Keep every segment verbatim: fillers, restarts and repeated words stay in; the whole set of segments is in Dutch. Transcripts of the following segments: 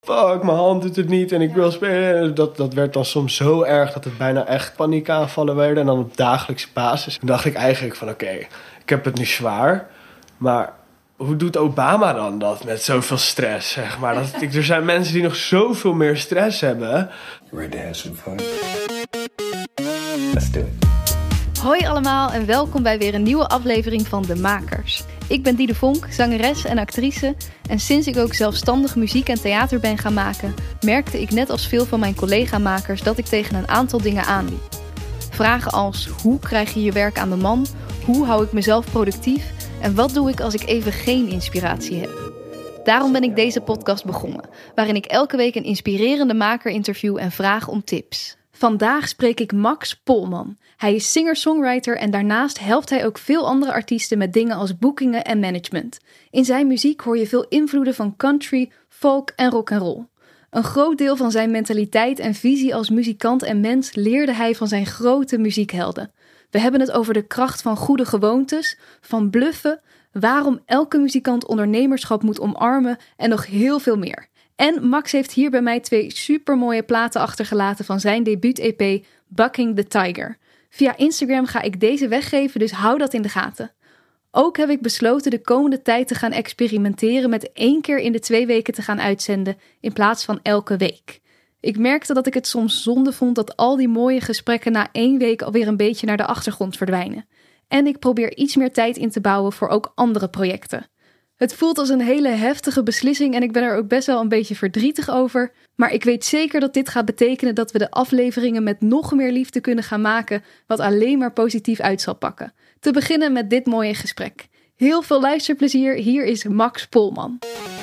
fuck, mijn hand doet het niet en ik wil spelen. Dat, dat werd dan soms zo erg dat het bijna echt paniekaanvallen werden. En dan op dagelijkse basis. Toen dacht ik eigenlijk van oké, okay, ik heb het nu zwaar. Maar hoe doet Obama dan dat met zoveel stress, zeg maar? Dat, ik, er zijn mensen die nog zoveel meer stress hebben. Ready to have some fun? Let's do it. Hoi allemaal en welkom bij weer een nieuwe aflevering van De Makers. Ik ben Diede Vonk, zangeres en actrice. En sinds ik ook zelfstandig muziek en theater ben gaan maken, merkte ik net als veel van mijn collega-makers dat ik tegen een aantal dingen aanliep. Vragen als: hoe krijg je je werk aan de man? Hoe hou ik mezelf productief? En wat doe ik als ik even geen inspiratie heb? Daarom ben ik deze podcast begonnen, waarin ik elke week een inspirerende maker interview en vraag om tips. Vandaag spreek ik Max Polman. Hij is singer-songwriter en daarnaast helpt hij ook veel andere artiesten met dingen als boekingen en management. In zijn muziek hoor je veel invloeden van country, folk en rock'n'roll. Een groot deel van zijn mentaliteit en visie als muzikant en mens leerde hij van zijn grote muziekhelden. We hebben het over de kracht van goede gewoontes, van bluffen, waarom elke muzikant ondernemerschap moet omarmen en nog heel veel meer. En Max heeft hier bij mij twee supermooie platen achtergelaten van zijn debuut-E P Bucking the Tiger. Via Instagram ga ik deze weggeven, dus hou dat in de gaten. Ook heb ik besloten de komende tijd te gaan experimenteren met één keer in de twee weken te gaan uitzenden in plaats van elke week. Ik merkte dat ik het soms zonde vond dat al die mooie gesprekken na één week alweer een beetje naar de achtergrond verdwijnen. En ik probeer iets meer tijd in te bouwen voor ook andere projecten. Het voelt als een hele heftige beslissing en ik ben er ook best wel een beetje verdrietig over. Maar ik weet zeker dat dit gaat betekenen dat we de afleveringen met nog meer liefde kunnen gaan maken, wat alleen maar positief uit zal pakken. Te beginnen met dit mooie gesprek. Heel veel luisterplezier, hier is Max Polman.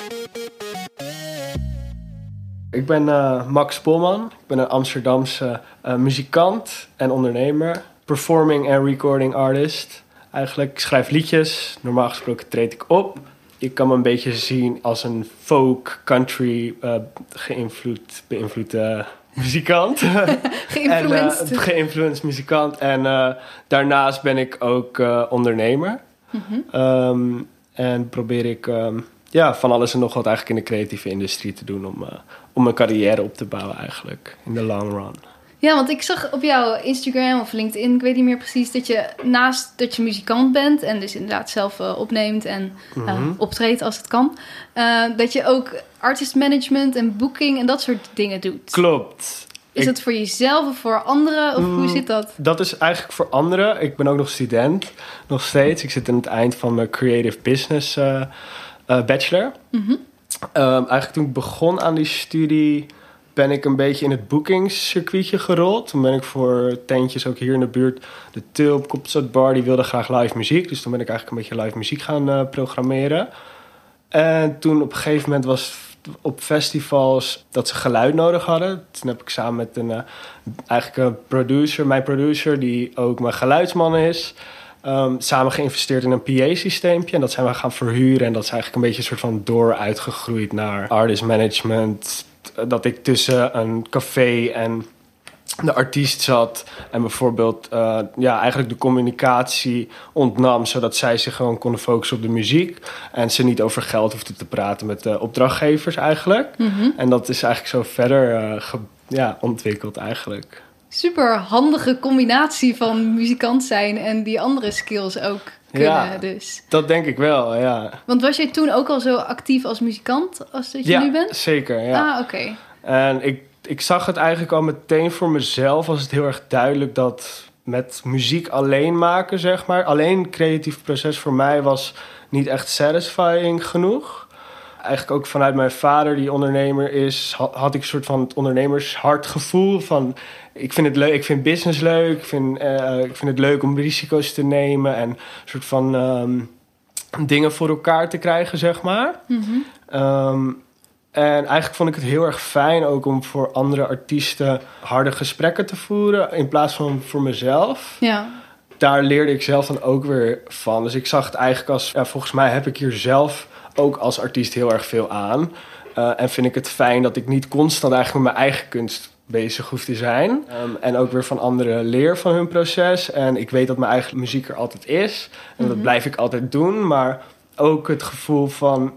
Ik ben uh, Max Polman. Ik ben een Amsterdamse uh, muzikant en ondernemer. Performing en recording artist. Eigenlijk, ik schrijf liedjes. Normaal gesproken treed ik op. Je kan me een beetje zien als een folk, country, uh, geïnvloed, beïnvloed uh, muzikant. Geïnfluenced. en, uh, geïnfluenced muzikant. En uh, daarnaast ben ik ook uh, ondernemer. Mm-hmm. Um, en probeer ik um, ja, van alles en nog wat eigenlijk in de creatieve industrie te doen om, uh, om mijn carrière op te bouwen eigenlijk, in de long run. Ja, want ik zag op jouw Instagram of LinkedIn, ik weet niet meer precies, dat je naast dat je muzikant bent en dus inderdaad zelf uh, opneemt en uh, mm-hmm. optreedt als het kan, uh, dat je ook artist management en booking en dat soort dingen doet. Klopt. Is ik... dat voor jezelf of voor anderen of mm, hoe zit dat? Dat is eigenlijk voor anderen. Ik ben ook nog student, nog steeds. Ik zit aan het eind van mijn creative business uh, uh, bachelor. Mm-hmm. Um, eigenlijk toen ik begon aan die studie ben ik een beetje in het boekingscircuitje gerold. Toen ben ik voor tentjes ook hier in de buurt, de Tulp, Kopstad Bar, die wilde graag live muziek. Dus toen ben ik eigenlijk een beetje live muziek gaan uh, programmeren. En toen op een gegeven moment was op festivals dat ze geluid nodig hadden. Toen heb ik samen met een, uh, eigenlijk een producer, mijn producer, die ook mijn geluidsman is, Um, samen geïnvesteerd in een P A-systeempje. En dat zijn we gaan verhuren. En dat is eigenlijk een beetje een soort van door uitgegroeid naar artist management. Dat ik tussen een café en de artiest zat. En bijvoorbeeld uh, ja, eigenlijk de communicatie ontnam. Zodat zij zich gewoon konden focussen op de muziek. En ze niet over geld hoefden te praten met de opdrachtgevers eigenlijk. Mm-hmm. En dat is eigenlijk zo verder uh, ge- ja, ontwikkeld eigenlijk. Super handige combinatie van muzikant zijn en die andere skills ook kunnen ja, dus. Dat denk ik wel, ja. Want was jij toen ook al zo actief als muzikant als dat je ja, nu bent? Ja, zeker, ja. Ah, oké. Okay. En ik, ik zag het eigenlijk al meteen voor mezelf, was het heel erg duidelijk dat met muziek alleen maken, zeg maar, alleen het creatief proces voor mij was niet echt satisfying genoeg. Eigenlijk ook vanuit mijn vader, die ondernemer is, had ik een soort van het ondernemershartgevoel van ik vind het leuk, ik vind business leuk, ik vind, uh, ik vind het leuk om risico's te nemen en een soort van um, dingen voor elkaar te krijgen, zeg maar. Mm-hmm. Um, en eigenlijk vond ik het heel erg fijn ook om voor andere artiesten harde gesprekken te voeren in plaats van voor mezelf. Ja. Daar leerde ik zelf dan ook weer van. Dus ik zag het eigenlijk als, ja, volgens mij heb ik hier zelf ook als artiest heel erg veel aan. Uh, en vind ik het fijn dat ik niet constant eigenlijk met mijn eigen kunst bezig hoef te zijn. Um, en ook weer van anderen leer van hun proces. En ik weet dat mijn eigen muziek er altijd is. En mm-hmm. dat blijf ik altijd doen. Maar ook het gevoel van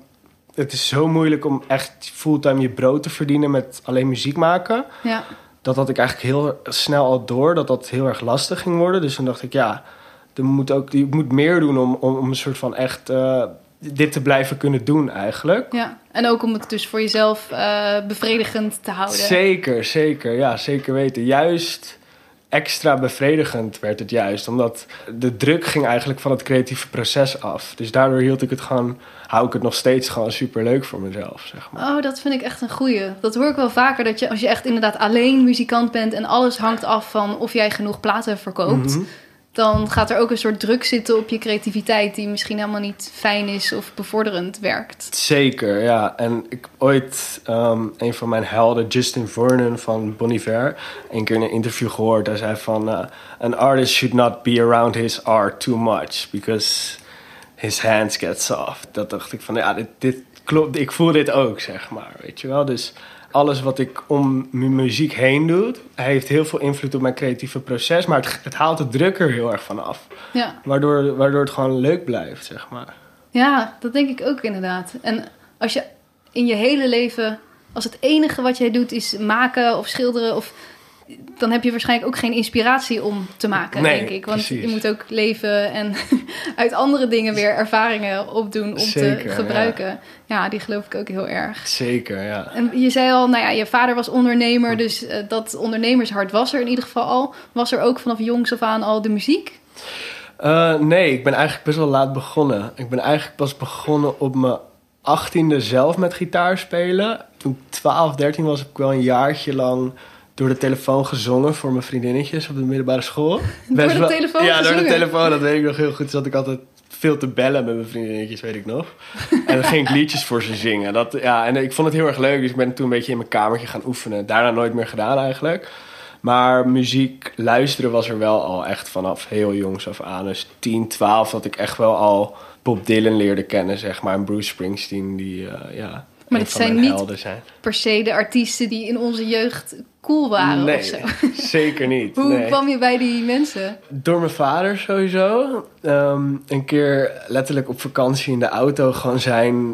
het is zo moeilijk om echt fulltime je brood te verdienen met alleen muziek maken. Ja. Dat had ik eigenlijk heel snel al door, dat dat heel erg lastig ging worden. Dus toen dacht ik, ja, er moet ook, je moet meer doen om, om, om een soort van echt uh, dit te blijven kunnen doen eigenlijk. Ja, en ook om het dus voor jezelf uh, bevredigend te houden. Zeker, zeker. Ja, zeker weten. Juist extra bevredigend werd het juist. Omdat de druk ging eigenlijk van het creatieve proces af. Dus daardoor hield ik het gewoon, hou ik het nog steeds gewoon superleuk voor mezelf, zeg maar. Oh, dat vind ik echt een goeie. Dat hoor ik wel vaker, dat je als je echt inderdaad alleen muzikant bent en alles hangt af van of jij genoeg platen verkoopt, mm-hmm. dan gaat er ook een soort druk zitten op je creativiteit die misschien helemaal niet fijn is of bevorderend werkt. Zeker, ja. En ik ooit um, een van mijn helden, Justin Vernon van Bon Iver, een keer in een interview gehoord. Hij zei van, uh, an artist should not be around his art too much, because his hands get soft. Dat dacht ik van, ja, dit, dit klopt. Ik voel dit ook, zeg maar, weet je wel. Dus alles wat ik om mijn muziek heen doe, heeft heel veel invloed op mijn creatieve proces. Maar het, het haalt de druk er heel erg van af. Ja. Waardoor, waardoor het gewoon leuk blijft, zeg maar. Ja, dat denk ik ook inderdaad. En als je in je hele leven, als het enige wat jij doet is maken of schilderen, of, dan heb je waarschijnlijk ook geen inspiratie om te maken, nee, denk ik. Want precies. Je moet ook leven en uit andere dingen weer ervaringen opdoen om Zeker, te gebruiken. Ja. ja, die geloof ik ook heel erg. Zeker, ja. En je zei al, nou ja, je vader was ondernemer, dus uh, dat ondernemershart was er in ieder geval al. Was er ook vanaf jongs af aan al de muziek? Uh, nee, ik ben eigenlijk best wel laat begonnen. Ik ben eigenlijk pas begonnen op mijn achttiende zelf met gitaar spelen. Toen ik twaalf, dertien was, heb ik wel een jaartje lang door de telefoon gezongen voor mijn vriendinnetjes op de middelbare school. Door Best de wel, telefoon Ja, gezongen? door de telefoon, dat weet ik nog heel goed. Dus had ik altijd veel te bellen met mijn vriendinnetjes, weet ik nog. En dan ging ik liedjes voor ze zingen. Dat, ja, en ik vond het heel erg leuk, dus ik ben toen een beetje in mijn kamertje gaan oefenen. Daarna nooit meer gedaan eigenlijk. Maar muziek luisteren was er wel al echt vanaf heel jongs af aan. Dus tien, twaalf dat ik echt wel al Bob Dylan leerde kennen, zeg maar. En Bruce Springsteen, die uh, ja, maar een dat van zijn mijn niet helden zijn. Per se de artiesten die in onze jeugd cool waren nee, of zo. Zeker niet. Hoe nee. kwam je bij die mensen? Door mijn vader sowieso. Um, een keer letterlijk op vakantie in de auto gewoon zijn.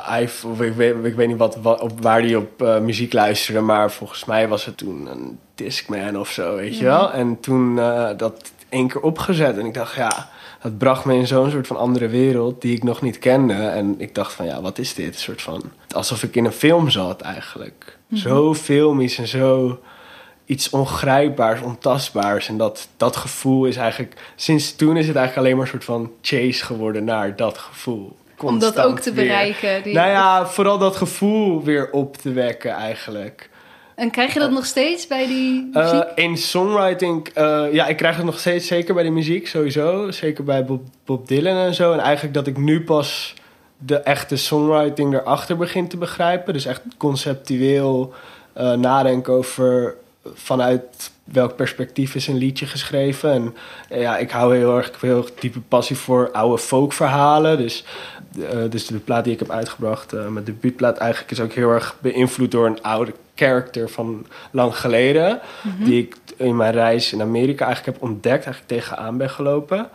Of ik, weet, ik weet niet wat, wat, op, waar hij op uh, muziek luisterde, maar volgens mij was het toen een Discman of zo, weet je ja. wel. En toen uh, dat één keer opgezet en ik dacht, ja, dat bracht me in zo'n soort van andere wereld die ik nog niet kende. En ik dacht van, ja, wat is dit? Een soort van, alsof ik in een film zat eigenlijk. Mm-hmm. Zo filmisch en zo iets ongrijpbaars, ontastbaars. En dat, dat gevoel is eigenlijk, sinds toen is het eigenlijk alleen maar een soort van chase geworden naar dat gevoel. Constant om dat ook te weer bereiken. Die... Nou ja, vooral dat gevoel weer op te wekken eigenlijk. En krijg je dat uh, nog steeds bij die muziek? Uh, in songwriting, uh, ja, ik krijg het nog steeds zeker bij de muziek, sowieso. Zeker bij Bob, Bob Dylan en zo. En eigenlijk dat ik nu pas de echte songwriting erachter begin te begrijpen. Dus echt conceptueel uh, nadenken over vanuit welk perspectief is een liedje geschreven. En ja, ik hou heel erg, ik heb heel erg diepe passie voor oude folkverhalen. Dus, uh, dus de plaat die ik heb uitgebracht, uh, mijn debuutplaat eigenlijk, is ook heel erg beïnvloed door een oude character van lang geleden. Mm-hmm. Die ik in mijn reis in Amerika eigenlijk heb ontdekt, eigenlijk tegenaan ben gelopen.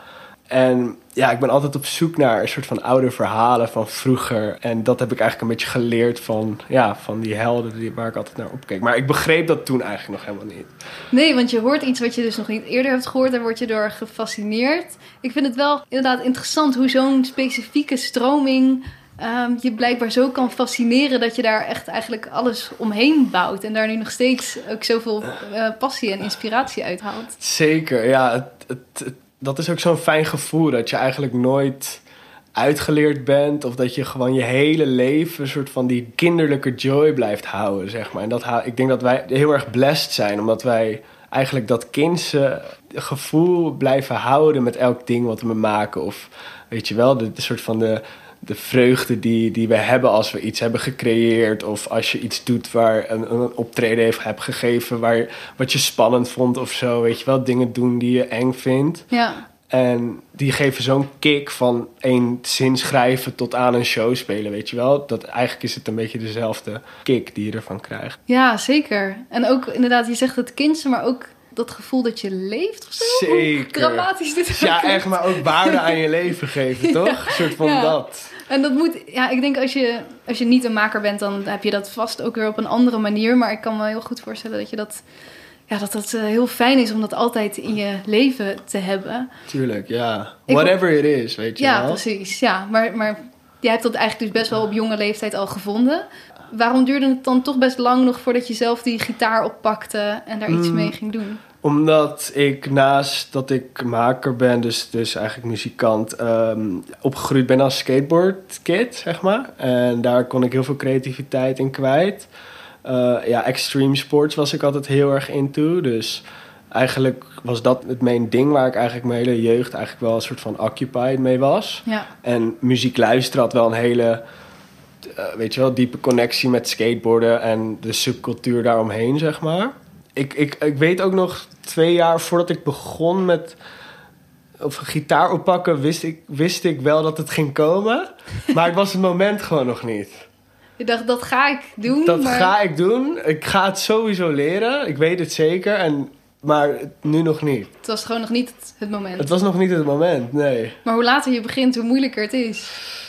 En ja, ik ben altijd op zoek naar een soort van oude verhalen van vroeger. En dat heb ik eigenlijk een beetje geleerd van, ja, van die helden die, waar ik altijd naar opkeek. Maar ik begreep dat toen eigenlijk nog helemaal niet. Nee, want je hoort iets wat je dus nog niet eerder hebt gehoord. Daar word je door gefascineerd. Ik vind het wel inderdaad interessant hoe zo'n specifieke stroming Um, je blijkbaar zo kan fascineren dat je daar echt eigenlijk alles omheen bouwt. En daar nu nog steeds ook zoveel uh, passie en inspiratie uit haalt. Zeker, ja. Het, het, het, dat is ook zo'n fijn gevoel dat je eigenlijk nooit uitgeleerd bent. Of dat je gewoon je hele leven een soort van die kinderlijke joy blijft houden, zeg maar. En dat, ik denk dat wij heel erg blessed zijn, omdat wij eigenlijk dat kindse gevoel blijven houden met elk ding wat we maken. Of weet je wel, de, de soort van de... de vreugde die, die we hebben als we iets hebben gecreëerd. Of als je iets doet waar een, een optreden heeft hebt gegeven waar, wat je spannend vond of zo. Weet je wel, dingen doen die je eng vindt. Ja. En die geven zo'n kick van één zin schrijven tot aan een show spelen, weet je wel. Dat eigenlijk is het een beetje dezelfde kick die je ervan krijgt. Ja, zeker. En ook inderdaad, je zegt het kindse, maar ook dat gevoel dat je leeft of zo. Zeker. Hoe dramatisch dit is. Ja, echt, maar ook waarde aan je leven geven, toch? Ja. Een soort van ja. dat. En dat moet, ja, ik denk als je, als je niet een maker bent, dan heb je dat vast ook weer op een andere manier. Maar ik kan me heel goed voorstellen dat je dat, ja, dat, dat heel fijn is om dat altijd in je leven te hebben. Tuurlijk, ja. Whatever it is, weet je ja, wel. Ja, precies. Ja, maar, maar jij hebt dat eigenlijk dus best wel op jonge leeftijd al gevonden. Waarom duurde het dan toch best lang nog voordat je zelf die gitaar oppakte en daar iets mm, mee ging doen? Omdat ik naast dat ik maker ben, dus, dus eigenlijk muzikant, um, opgegroeid ben als skateboardkid, zeg maar. En daar kon ik heel veel creativiteit in kwijt. Uh, ja, extreme sports was ik altijd heel erg into. Dus eigenlijk was dat het main ding waar ik eigenlijk mijn hele jeugd eigenlijk wel een soort van occupied mee was. Ja. En muziek luisteren had wel een hele, uh, weet je wel, diepe connectie met skateboarden en de subcultuur daaromheen, zeg maar. Ik, ik, ik weet ook nog twee jaar voordat ik begon met of gitaar oppakken, wist ik, wist ik wel dat het ging komen. Maar het was het moment gewoon nog niet. Je dacht, dat ga ik doen. Dat maar... ga ik doen. Ik ga het sowieso leren. Ik weet het zeker. En, maar nu nog niet. Het was gewoon nog niet het moment. Het was nog niet het moment, nee. Maar hoe later je begint, hoe moeilijker het is.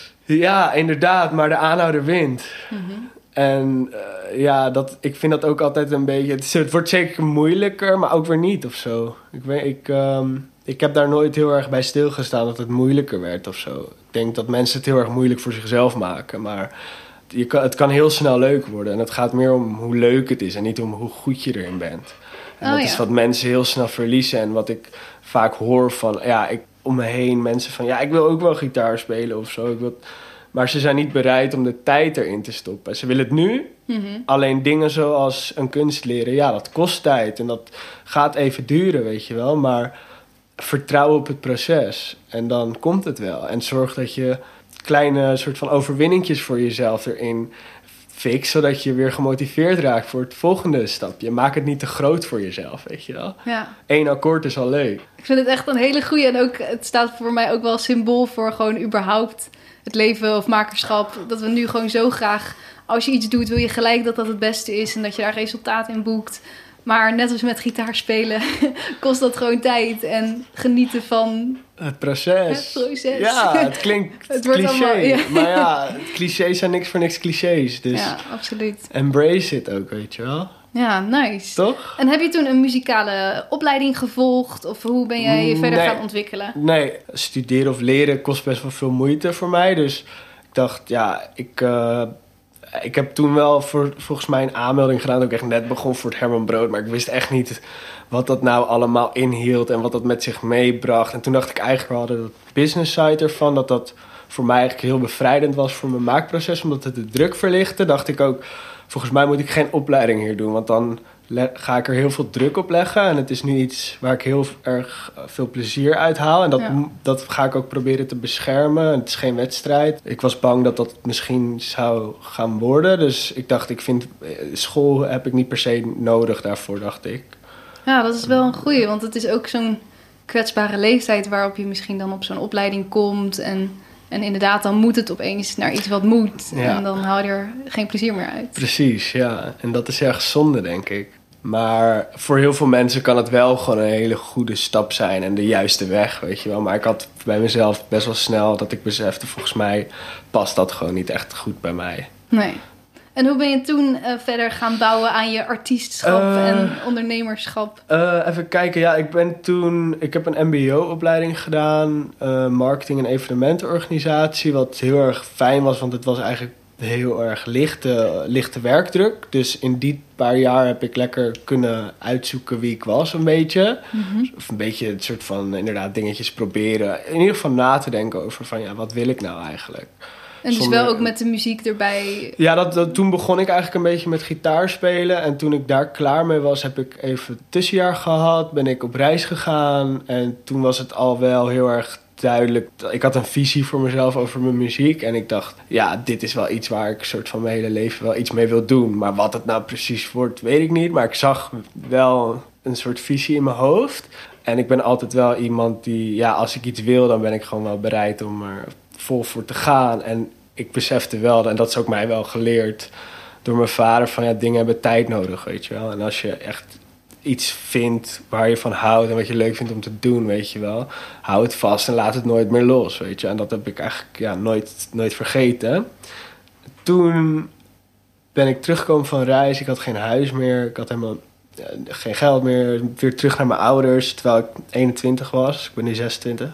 Ja, inderdaad. Maar de aanhouder wint. Mm-hmm. En uh, ja, dat, ik vind dat ook altijd een beetje... Het, is, het wordt zeker moeilijker, maar ook weer niet of zo. Ik, weet, ik, um, ik heb daar nooit heel erg bij stilgestaan dat het moeilijker werd of zo. Ik denk dat mensen het heel erg moeilijk voor zichzelf maken. Maar je kan, het kan heel snel leuk worden. En het gaat meer om hoe leuk het is en niet om hoe goed je erin bent. En oh, dat ja. is wat mensen heel snel verliezen. En wat ik vaak hoor van... Ja, ik, om me heen mensen van... Ja, ik wil ook wel gitaar spelen of zo. Ik wil... Maar ze zijn niet bereid om de tijd erin te stoppen. Ze willen het nu. Mm-hmm. Alleen dingen zoals een kunst leren, ja, dat kost tijd. En dat gaat even duren, weet je wel. Maar vertrouw op het proces. En dan komt het wel. En zorg dat je kleine soort van overwinningjes voor jezelf erin fix. Zodat je weer gemotiveerd raakt voor het volgende stapje. Maak het niet te groot voor jezelf, weet je wel. Ja. Eén akkoord is al leuk. Ik vind het echt een hele goeie. En ook, het staat voor mij ook wel symbool voor gewoon überhaupt het leven of makerschap. Dat we nu gewoon zo graag, als je iets doet, wil je gelijk dat dat het beste is. En dat je daar resultaat in boekt. Maar net als met gitaar spelen, kost dat gewoon tijd. En genieten van het proces. Het proces. Ja, het klinkt het wordt cliché. Allemaal, ja. Maar ja, clichés zijn niks voor niks clichés. Dus ja, absoluut. Embrace it ook, weet je wel. Ja, nice. Toch? En heb je toen een muzikale opleiding gevolgd? Of hoe ben jij je verder nee. gaan ontwikkelen? Nee, studeren of leren kost best wel veel moeite voor mij. Dus ik dacht, ja, ik, uh, ik heb toen wel voor, volgens mij een aanmelding gedaan. Dat ik echt net begon voor het Herman Brood. Maar ik wist echt niet wat dat nou allemaal inhield en wat dat met zich meebracht. En toen dacht ik eigenlijk wel dat het business side ervan, dat dat voor mij eigenlijk heel bevrijdend was voor mijn maakproces. Omdat het de druk verlichtte, dacht ik ook, volgens mij moet ik geen opleiding hier doen. Want dan le- ga ik er heel veel druk op leggen. En het is nu iets waar ik heel erg veel plezier uit haal. En dat, Ja. dat ga ik ook proberen te beschermen. Het is geen wedstrijd. Ik was bang dat dat misschien zou gaan worden. Dus ik dacht, ik vind school heb ik niet per se nodig daarvoor, dacht ik. Ja, dat is wel een goeie. Want het is ook zo'n kwetsbare leeftijd waarop je misschien dan op zo'n opleiding komt. En, en inderdaad, dan moet het opeens naar iets wat moet. Ja. En dan haal je er geen plezier meer uit. Precies, ja. En dat is erg zonde, denk ik. Maar voor heel veel mensen kan het wel gewoon een hele goede stap zijn en de juiste weg, weet je wel. Maar ik had bij mezelf best wel snel dat ik besefte, volgens mij past dat gewoon niet echt goed bij mij. Nee. En hoe ben je toen uh, verder gaan bouwen aan je artiestschap Uh, en ondernemerschap? Uh, even kijken, ja, ik ben toen... Ik heb een mbo-opleiding gedaan, uh, marketing en evenementenorganisatie, wat heel erg fijn was, want het was eigenlijk heel erg lichte, lichte werkdruk. Dus in die paar jaar heb ik lekker kunnen uitzoeken wie ik was, een beetje. Mm-hmm. Of een beetje het soort van, inderdaad, dingetjes proberen. In ieder geval na te denken over van, ja, wat wil ik nou eigenlijk? En dus Zonder, wel ook met de muziek erbij. Ja, dat, dat, toen begon ik eigenlijk een beetje met gitaar spelen. En toen ik daar klaar mee was, heb ik even een tussenjaar gehad. Ben ik op reis gegaan. En toen was het al wel heel erg duidelijk. Ik had een visie voor mezelf over mijn muziek. En ik dacht, ja, dit is wel iets waar ik soort van mijn hele leven wel iets mee wil doen. Maar wat het nou precies wordt, weet ik niet. Maar ik zag wel een soort visie in mijn hoofd. En ik ben altijd wel iemand die, ja, als ik iets wil, dan ben ik gewoon wel bereid om er vol voor te gaan. En ik besefte wel, en dat is ook mij wel geleerd door mijn vader, van ja, dingen hebben tijd nodig, weet je wel. En als je echt iets vindt waar je van houdt en wat je leuk vindt om te doen, weet je wel. Hou het vast en laat het nooit meer los, weet je. En dat heb ik eigenlijk ja, nooit, nooit vergeten. Toen ben ik teruggekomen van reis. Ik had geen huis meer. Ik had helemaal ja, geen geld meer. Weer terug naar mijn ouders, terwijl ik eenentwintig was. Ik ben nu zesentwintig.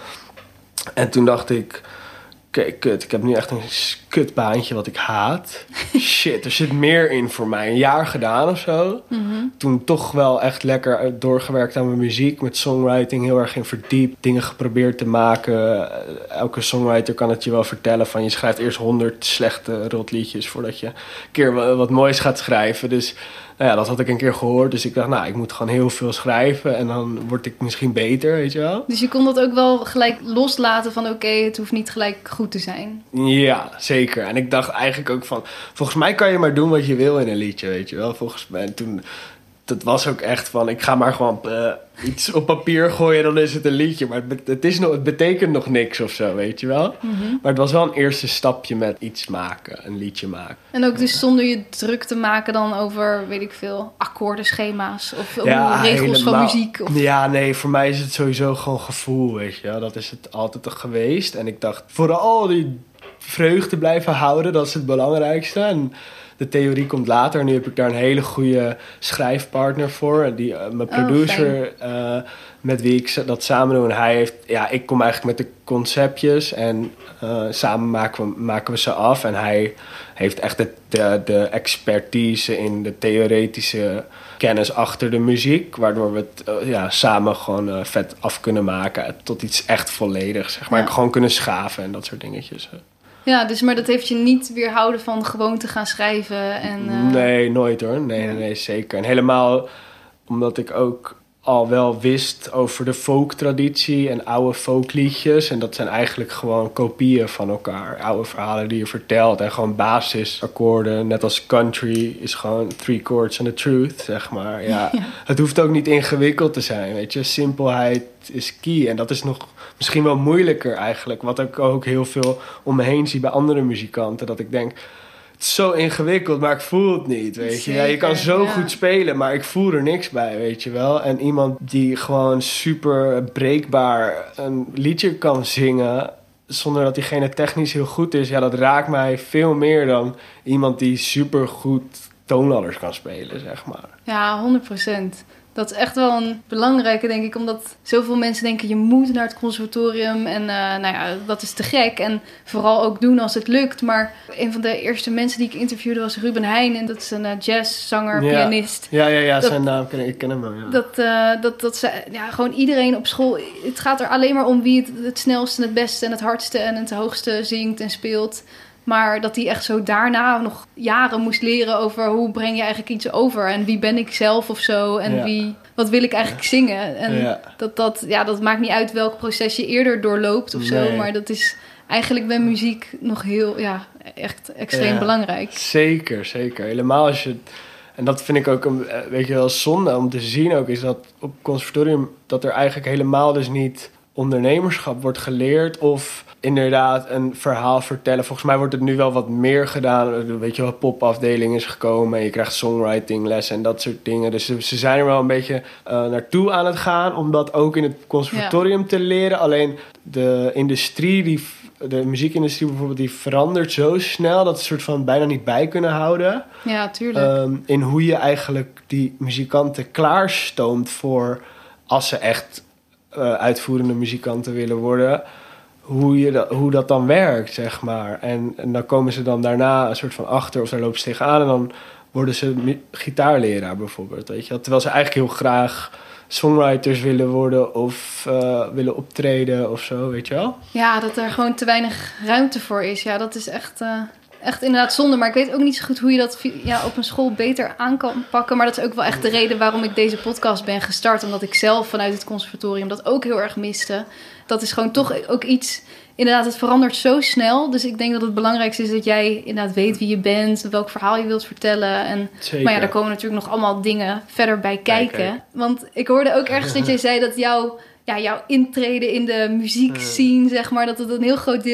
En toen dacht ik... Oké, kut. Ik heb nu echt een kut baantje wat ik haat. Shit, er zit meer in voor mij. Een jaar gedaan of zo. Mm-hmm. Toen toch wel echt lekker doorgewerkt aan mijn muziek. Met songwriting heel erg in verdiept. Dingen geprobeerd te maken. Elke songwriter kan het je wel vertellen. Van je schrijft eerst honderd slechte rotliedjes voordat je een keer wat moois gaat schrijven. Dus... Nou ja, dat had ik een keer gehoord. Dus ik dacht, nou, ik moet gewoon heel veel schrijven. En dan word ik misschien beter, weet je wel. Dus je kon dat ook wel gelijk loslaten van... oké, okay, het hoeft niet gelijk goed te zijn. Ja, zeker. En ik dacht eigenlijk ook van... volgens mij kan je maar doen wat je wil in een liedje, weet je wel. Volgens mij. En toen... Dat was ook echt van... ik ga maar gewoon uh, iets op papier gooien... dan is het een liedje. Maar het, het, is nog, het betekent nog niks of zo, weet je wel. Mm-hmm. Maar het was wel een eerste stapje met iets maken. Een liedje maken. En ook dus zonder je druk te maken dan over... weet ik veel, akkoordenschema's... of ja, regels helemaal, van muziek. Of... Ja, nee, voor mij is het sowieso gewoon gevoel, weet je wel. Dat is het altijd toch geweest. En ik dacht, vooral die vreugde blijven houden... dat is het belangrijkste. En... de theorie komt later. Nu heb ik daar een hele goede schrijfpartner voor. Die, uh, mijn producer, oh, uh, met wie ik dat samen doe. En hij heeft... Ja, ik kom eigenlijk met de conceptjes. En uh, samen maken we, maken we ze af. En hij heeft echt de, de, de expertise in de theoretische kennis achter de muziek. Waardoor we het uh, ja, samen gewoon uh, vet af kunnen maken. Tot iets echt volledigs, zeg maar. Ja. Gewoon kunnen schaven en dat soort dingetjes. Ja, dus maar dat heeft je niet weerhouden van gewoon te gaan schrijven? En, uh... Nee, nooit hoor. Nee, nee, nee, zeker. En helemaal omdat ik ook al wel wist over de folktraditie en oude folkliedjes. En dat zijn eigenlijk gewoon kopieën van elkaar. Oude verhalen die je vertelt. En gewoon basisakkoorden. Net als country is gewoon three chords and the truth, zeg maar. Ja, ja. Het hoeft ook niet ingewikkeld te zijn, weet je. Simpelheid is key. En dat is nog misschien wel moeilijker eigenlijk. Wat ik ook heel veel om me heen zie bij andere muzikanten. Dat ik denk... het is zo ingewikkeld, maar ik voel het niet, weet je. Ja, je kan zo ja. goed spelen, maar ik voel er niks bij, weet je wel. En iemand die gewoon super breekbaar een liedje kan zingen... zonder dat diegene technisch heel goed is... ja, dat raakt mij veel meer dan iemand die super goed toonladders kan spelen, zeg maar. Ja, honderd procent. Dat is echt wel een belangrijke, denk ik. Omdat zoveel mensen denken, je moet naar het conservatorium. En uh, nou ja, dat is te gek. En vooral ook doen als het lukt. Maar een van de eerste mensen die ik interviewde was Ruben Heijn. En dat is een uh, jazzzanger, ja. pianist. Ja, ja, ja. Dat, zijn naam ken ik, ik ken hem wel, ja. Dat, uh, dat, dat ze, ja, gewoon iedereen op school... Het gaat er alleen maar om wie het, het snelste, het beste en het hardste en het hoogste zingt en speelt... Maar dat hij echt zo daarna nog jaren moest leren over hoe breng je eigenlijk iets over. En wie ben ik zelf of zo. En ja. wie, wat wil ik eigenlijk ja. zingen. En ja. Dat, dat, ja, dat maakt niet uit welk proces je eerder doorloopt of zo. Nee. Maar dat is eigenlijk bij muziek nog heel, ja, echt extreem ja. belangrijk. Zeker, zeker. Helemaal als je... En dat vind ik ook een weet je wel zonde om te zien ook. Is dat op het conservatorium dat er eigenlijk helemaal dus niet ondernemerschap wordt geleerd. Of... inderdaad een verhaal vertellen. Volgens mij wordt het nu wel wat meer gedaan. Weet je wel, popafdeling is gekomen... en je krijgt songwriting lessen en dat soort dingen. Dus ze zijn er wel een beetje uh, naartoe aan het gaan... om dat ook in het conservatorium ja. te leren. Alleen de industrie, die, de muziekindustrie bijvoorbeeld... die verandert zo snel... dat ze soort van bijna niet bij kunnen houden. Ja, tuurlijk. Um, in hoe je eigenlijk die muzikanten klaarstoomt voor... als ze echt uh, uitvoerende muzikanten willen worden... Hoe, je dat, hoe dat dan werkt, zeg maar. En, en dan komen ze dan daarna een soort van achter... of daar lopen ze tegenaan en dan worden ze mi- gitaarleraar bijvoorbeeld. Weet je wel? Terwijl ze eigenlijk heel graag songwriters willen worden... of uh, willen optreden of zo, weet je wel? Ja, dat er gewoon te weinig ruimte voor is. Ja, dat is echt... Uh... Echt inderdaad zonde, maar ik weet ook niet zo goed hoe je dat ja, op een school beter aan kan pakken. Maar dat is ook wel echt de reden waarom ik deze podcast ben gestart. Omdat ik zelf vanuit het conservatorium dat ook heel erg miste. Dat is gewoon toch ook iets... Inderdaad, het verandert zo snel. Dus ik denk dat het belangrijkste is dat jij inderdaad weet wie je bent. Welk verhaal je wilt vertellen. En, maar ja, daar komen natuurlijk nog allemaal dingen verder bij kijken. Kijk, Want ik hoorde ook ergens dat jij zei dat jouw, ja, jouw intrede in de muziekscene, zeg maar... dat het een heel groot deel...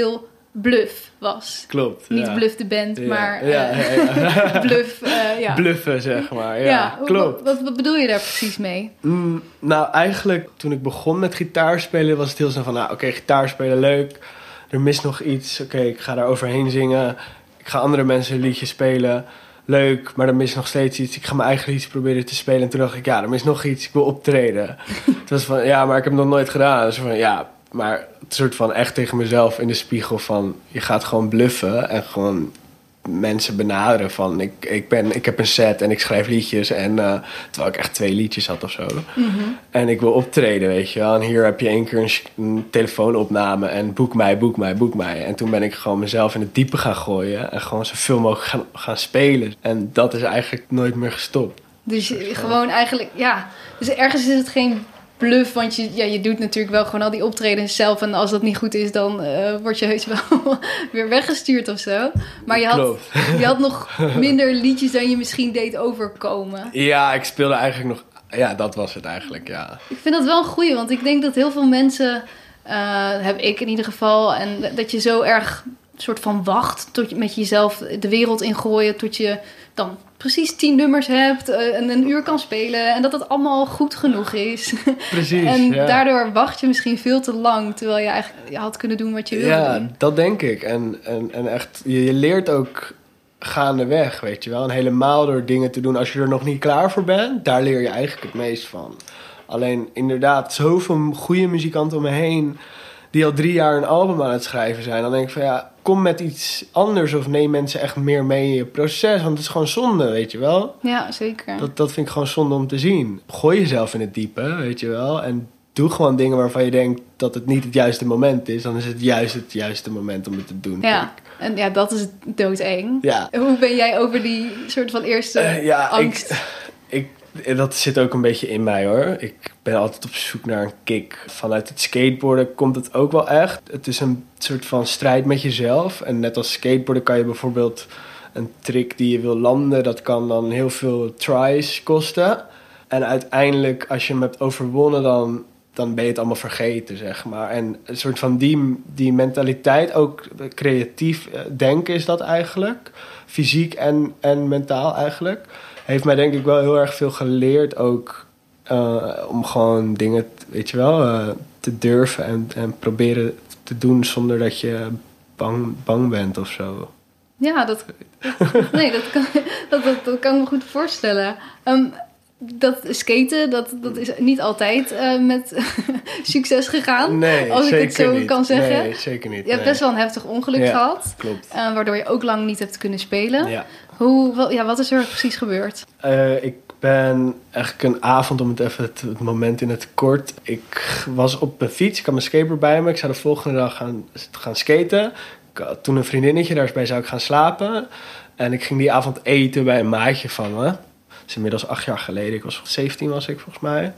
Bluff was. Klopt. Niet ja. Bluff de band, ja. maar uh, ja, ja, ja. Bluff, uh, ja. Bluffen, zeg maar. Ja, ja klopt. Wat, wat bedoel je daar precies mee? Mm, nou, eigenlijk toen ik begon met gitaarspelen was het heel snel van... Nou, oké, okay, gitaarspelen, leuk. Er mist nog iets. Oké, okay, ik ga daar overheen zingen. Ik ga andere mensen een liedje spelen. Leuk, maar er mist nog steeds iets. Ik ga mijn eigen liedje proberen te spelen. En toen dacht ik, ja, er mist nog iets. Ik wil optreden. Het was van, ja, maar ik heb het nog nooit gedaan. Dus van, ja, maar het soort van echt tegen mezelf in de spiegel van... Je gaat gewoon bluffen en gewoon mensen benaderen van... Ik, ik, ben, ik heb een set en ik schrijf liedjes. En uh, terwijl ik echt twee liedjes had of zo. Mm-hmm. En ik wil optreden, weet je wel. En hier heb je één keer een, een telefoonopname en boek mij, boek mij, boek mij. En toen ben ik gewoon mezelf in het diepe gaan gooien. En gewoon zoveel mogelijk gaan, gaan spelen. En dat is eigenlijk nooit meer gestopt. Dus je, gewoon eigenlijk, ja... Dus ergens is het geen bluff, want je, ja, je doet natuurlijk wel gewoon al die optredens zelf. En als dat niet goed is, dan uh, word je heus wel weer weggestuurd of zo. Maar je had, je had nog minder liedjes dan je misschien deed overkomen. Ja, ik speelde eigenlijk nog... Ja, dat was het eigenlijk, ja. Ik vind dat wel een goeie, want ik denk dat heel veel mensen... Uh, heb ik in ieder geval... En dat je zo erg soort van wacht tot je met jezelf de wereld ingooien... tot je dan precies tien nummers hebt uh, en een uur kan spelen... en dat het allemaal goed genoeg is. Precies, En ja. daardoor wacht je misschien veel te lang... terwijl je eigenlijk je had kunnen doen wat je wilde Ja, doen. dat denk ik. En, en, en echt, je, je leert ook gaandeweg, weet je wel. En helemaal door dingen te doen als je er nog niet klaar voor bent... daar leer je eigenlijk het meest van. Alleen inderdaad, zoveel goede muzikanten om me heen... die al drie jaar een album aan het schrijven zijn. Dan denk ik van ja, kom met iets anders... of neem mensen echt meer mee in je proces. Want het is gewoon zonde, weet je wel. Ja, zeker. Dat, dat vind ik gewoon zonde om te zien. Gooi jezelf in het diepe, weet je wel. En doe gewoon dingen waarvan je denkt dat het niet het juiste moment is. Dan is het juist het juiste moment om het te doen. Ja, en ja, dat is doodeng. Ja. Hoe ben jij over die soort van eerste Uh, ja, angst? Ik, ik, dat zit ook een beetje in mij hoor. Ik ben altijd op zoek naar een kick. Vanuit het skateboarden komt het ook wel echt. Het is een soort van strijd met jezelf. En net als skateboarden kan je bijvoorbeeld een trick die je wil landen... dat kan dan heel veel tries kosten. En uiteindelijk, als je hem hebt overwonnen... dan, dan ben je het allemaal vergeten, zeg maar. En een soort van die, die mentaliteit, ook creatief denken is dat eigenlijk. Fysiek en, en mentaal eigenlijk. Heeft mij denk ik wel heel erg veel geleerd ook... Uh, om gewoon dingen, weet je wel, uh, te durven en, en proberen te doen... zonder dat je bang, bang bent of zo. Ja, dat, dat, nee, dat, kan, dat, dat, dat kan ik me goed voorstellen. Um, dat skaten, dat, dat is niet altijd uh, met succes gegaan. Nee, als ik zeker het zo niet. kan zeggen. Nee, zeker niet. Je hebt nee. best wel een heftig ongeluk ja, gehad. Klopt. Uh, waardoor je ook lang niet hebt kunnen spelen. Ja. Hoe, wat, ja, wat is er precies gebeurd? Uh, ik ben eigenlijk een avond, om het even het, het moment in het kort... Ik was op mijn fiets, ik had mijn skateboard bij me. Ik zou de volgende dag gaan, gaan skaten. Ik had toen een vriendinnetje, daarbij zou ik gaan slapen. En ik ging die avond eten bij een maatje van me. Dat is inmiddels acht jaar geleden. Ik was zeventien was ik volgens mij.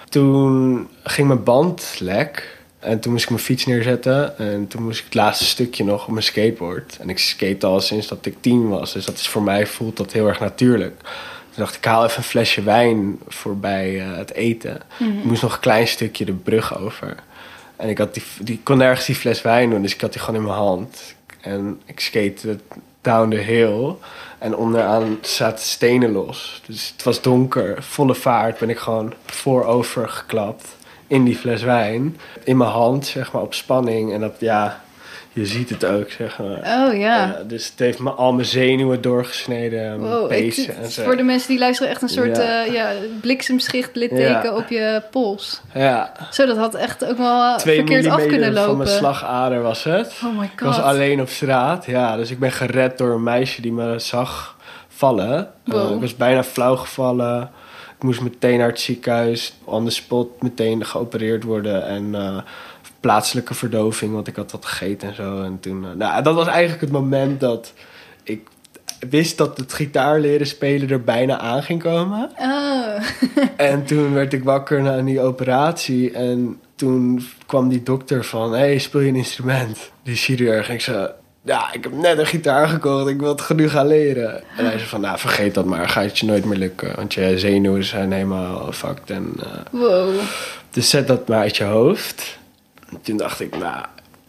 Toen ging mijn band lek. En toen moest ik mijn fiets neerzetten. En toen moest ik het laatste stukje nog op mijn skateboard. En ik skate al sinds dat ik tien was. Dus dat is voor mij, voelt dat heel erg natuurlijk. Toen dacht ik, ik haal even een flesje wijn voorbij uh, het eten. Mm-hmm. Ik moest nog een klein stukje de brug over. En ik had die, die kon nergens die fles wijn doen. Dus ik had die gewoon in mijn hand. En ik skate down the hill. En onderaan zaten stenen los. Dus het was donker. Volle vaart ben ik gewoon voorover geklapt. In die fles wijn. In mijn hand, zeg maar, op spanning. En dat, ja, je ziet het ook, zeg maar. Oh, ja. Uh, dus het heeft me al mijn zenuwen doorgesneden. Wow, het, het is voor de mensen die luisteren echt een soort ja. Uh, ja, bliksemschicht litteken ja. op je pols. Ja. Zo, dat had echt ook wel verkeerd af kunnen lopen. Van mijn slagader was het. Oh my god. Ik was alleen op straat. Ja, dus ik ben gered door een meisje die me zag vallen. Wow. Uh, ik was bijna flauw gevallen. Ik moest meteen naar het ziekenhuis. On the spot meteen geopereerd worden. En uh, plaatselijke verdoving, want ik had wat gegeten en zo. En toen, uh, nou, dat was eigenlijk het moment dat ik wist dat het gitaar leren spelen er bijna aan ging komen. Oh. En toen werd ik wakker na die operatie. En toen kwam die dokter van, hé, hey, speel je een instrument? Die chirurg. En ik zei, ja, ik heb net een gitaar gekocht. Ik wil het nu gaan leren. En hij zei van, nou, vergeet dat maar. Gaat het je nooit meer lukken. Want je zenuwen zijn helemaal fucked. En, uh, wow. Dus zet dat maar uit je hoofd. En toen dacht ik, nou,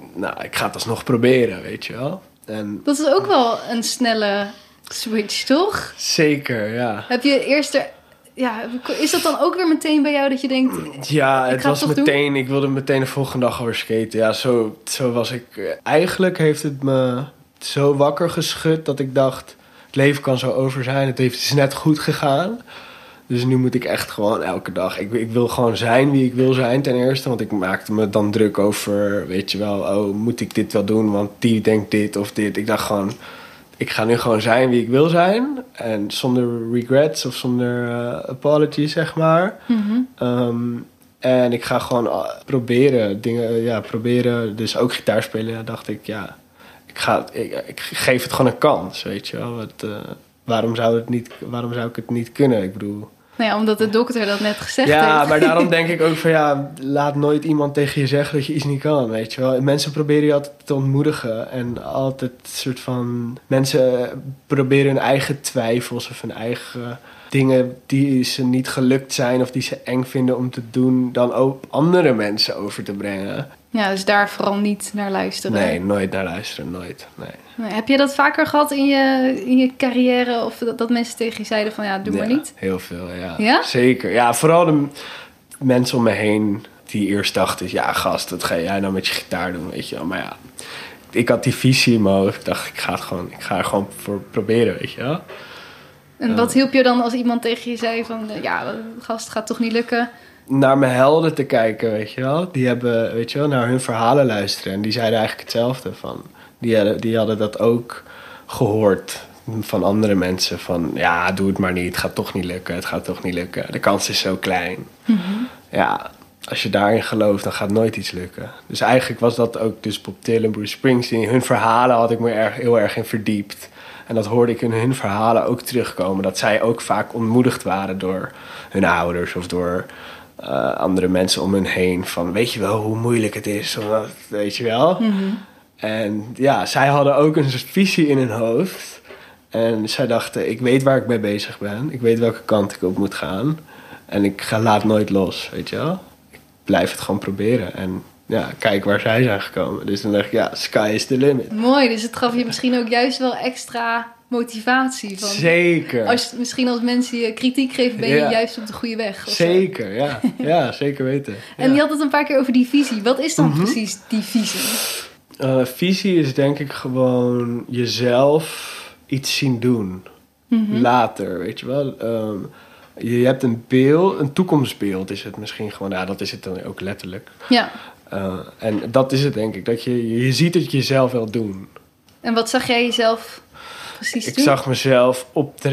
nou, ik ga het alsnog proberen, weet je wel. En, dat is ook wel een snelle switch, toch? Zeker, ja. Heb je eerst er... Ja, is dat dan ook weer meteen bij jou dat je denkt... Ja, het was het meteen... Doen? Ik wilde meteen de volgende dag alweer skaten. Ja, zo, zo was ik... Eigenlijk heeft het me zo wakker geschud dat ik dacht... Het leven kan zo over zijn. Het heeft, het is net goed gegaan. Dus nu moet ik echt gewoon elke dag... Ik, ik wil gewoon zijn wie ik wil zijn ten eerste. Want ik maakte me dan druk over... Weet je wel, oh, moet ik dit wel doen? Want die denkt dit of dit. Ik dacht gewoon... Ik ga nu gewoon zijn wie ik wil zijn. En zonder regrets of zonder uh, apology, zeg maar. Mm-hmm. Um, en ik ga gewoon uh, proberen dingen... Ja, proberen... Dus ook gitaar spelen, ja, dacht ik, ja... Ik, ga, ik, ik geef het gewoon een kans, weet je wel. Het, uh, waarom, zou het niet, waarom zou ik het niet kunnen? Ik bedoel... Nou ja, omdat de dokter dat net gezegd ja, heeft. Ja, maar daarom denk ik ook van ja, laat nooit iemand tegen je zeggen dat je iets niet kan, weet je wel. Mensen proberen je altijd te ontmoedigen en altijd soort van... Mensen proberen hun eigen twijfels of hun eigen dingen die ze niet gelukt zijn of die ze eng vinden om te doen, dan ook andere mensen over te brengen. Ja, dus daar vooral niet naar luisteren. Nee, nooit naar luisteren, nooit. Nee. Nee, heb je dat vaker gehad in je, in je carrière? Of dat, dat mensen tegen je zeiden van ja, doe ja, maar niet? Heel veel, ja. Ja? Zeker. Ja, vooral de mensen om me heen die eerst dachten... Ja, gast, wat ga jij nou met je gitaar doen, weet je wel. Maar ja, ik had die visie in mijn hoofd. Ik dacht, ik ga, het gewoon, ik ga er gewoon voor proberen, weet je wel. En uh, wat hielp je dan als iemand tegen je zei van... Ja, gast, gaat toch niet lukken? Naar mijn helden te kijken, weet je wel. Die hebben, weet je wel, naar hun verhalen luisteren. En die zeiden eigenlijk hetzelfde van... Die hadden, die hadden dat ook gehoord van andere mensen. Van, ja, doe het maar niet. Het gaat toch niet lukken. Het gaat toch niet lukken. De kans is zo klein. Mm-hmm. Ja, als je daarin gelooft, dan gaat nooit iets lukken. Dus eigenlijk was dat ook dus Bob Dylan en Bruce Springsteen. Hun verhalen had ik me erg, heel erg in verdiept. En dat hoorde ik in hun verhalen ook terugkomen. Dat zij ook vaak ontmoedigd waren door hun ouders of door... Uh, andere mensen om hun heen. Van, weet je wel hoe moeilijk het is? Of, weet je wel? Mm-hmm. En ja, zij hadden ook een soort visie in hun hoofd. En zij dachten, ik weet waar ik mee bezig ben. Ik weet welke kant ik op moet gaan. En ik ga, laat nooit los, weet je wel? Ik blijf het gewoon proberen. En ja, kijk waar zij zijn gekomen. Dus dan dacht ik, ja, sky is the limit. Mooi, dus het gaf je misschien ook juist wel extra motivatie. Van, zeker. Als, misschien als mensen je kritiek geven, ben je ja. juist op de goede weg. Zeker, ja. Ja, zeker weten. En ja. je had het een paar keer over die visie. Wat is dan mm-hmm. precies die visie? Uh, visie is denk ik gewoon jezelf iets zien doen. Mm-hmm. Later, weet je wel. Um, je hebt een beeld, een toekomstbeeld is het misschien gewoon. Ja, dat is het dan ook letterlijk. Ja. Uh, en dat is het denk ik. Dat je, je ziet het jezelf wel doen. En wat zag jij jezelf precies ik doen? Ik zag mezelf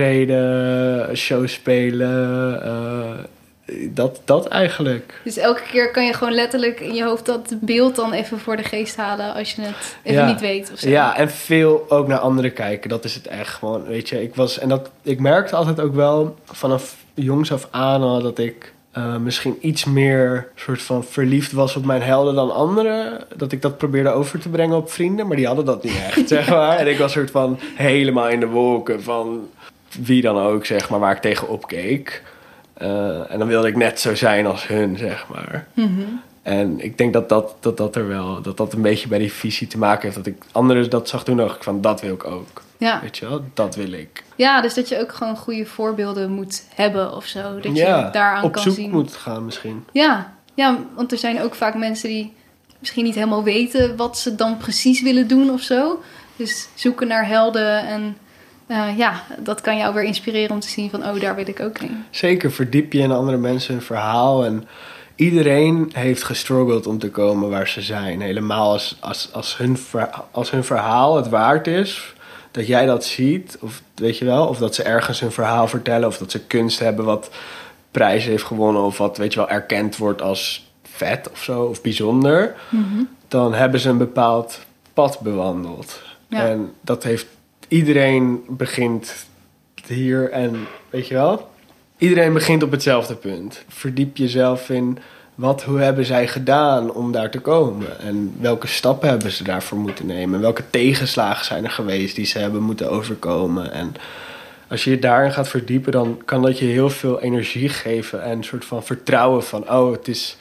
optreden, show spelen... Uh, Dat, dat eigenlijk. Dus elke keer kan je gewoon letterlijk in je hoofd dat beeld dan even voor de geest halen als je het even ja. niet weet of zo. Ja, en veel ook naar anderen kijken. Dat is het echt gewoon, weet je. Ik was, en dat, ik merkte altijd ook wel vanaf jongs af aan al dat ik uh, misschien iets meer soort van verliefd was op mijn helden dan anderen. Dat ik dat probeerde over te brengen op vrienden, maar die hadden dat niet echt, zeg maar. En ik was soort van helemaal in de wolken van wie dan ook, zeg maar, waar ik tegenop keek. Uh, en dan wilde ik net zo zijn als hun, zeg maar. Mm-hmm. En ik denk dat dat, dat dat er wel... dat dat een beetje bij die visie te maken heeft. Dat ik anderen dat zag doen, dacht ik van, dat wil ik ook. Ja. Weet je wel, dat wil ik. Ja, dus dat je ook gewoon goede voorbeelden moet hebben of zo. Dat je ja, daaraan op kan zoek zien. moet gaan misschien. Ja. ja, want er zijn ook vaak mensen die misschien niet helemaal weten wat ze dan precies willen doen of zo. Dus zoeken naar helden en... Uh, ja, dat kan jou weer inspireren om te zien van... oh, daar wil ik ook heen. Zeker, verdiep je in andere mensen hun verhaal. En iedereen heeft gestruggeld om te komen waar ze zijn. Helemaal als, als, als, hun, verhaal, als hun verhaal het waard is... dat jij dat ziet, of weet je wel... of dat ze ergens hun verhaal vertellen... of dat ze kunst hebben wat prijzen heeft gewonnen... of wat, weet je wel, erkend wordt als vet of zo, of bijzonder... Mm-hmm. dan hebben ze een bepaald pad bewandeld. Ja. En dat heeft... Iedereen begint hier en, weet je wel? Iedereen begint op hetzelfde punt. Verdiep jezelf in, wat, hoe hebben zij gedaan om daar te komen? En welke stappen hebben ze daarvoor moeten nemen? En welke tegenslagen zijn er geweest die ze hebben moeten overkomen? En als je je daarin gaat verdiepen, dan kan dat je heel veel energie geven... en een soort van vertrouwen van, oh, het is...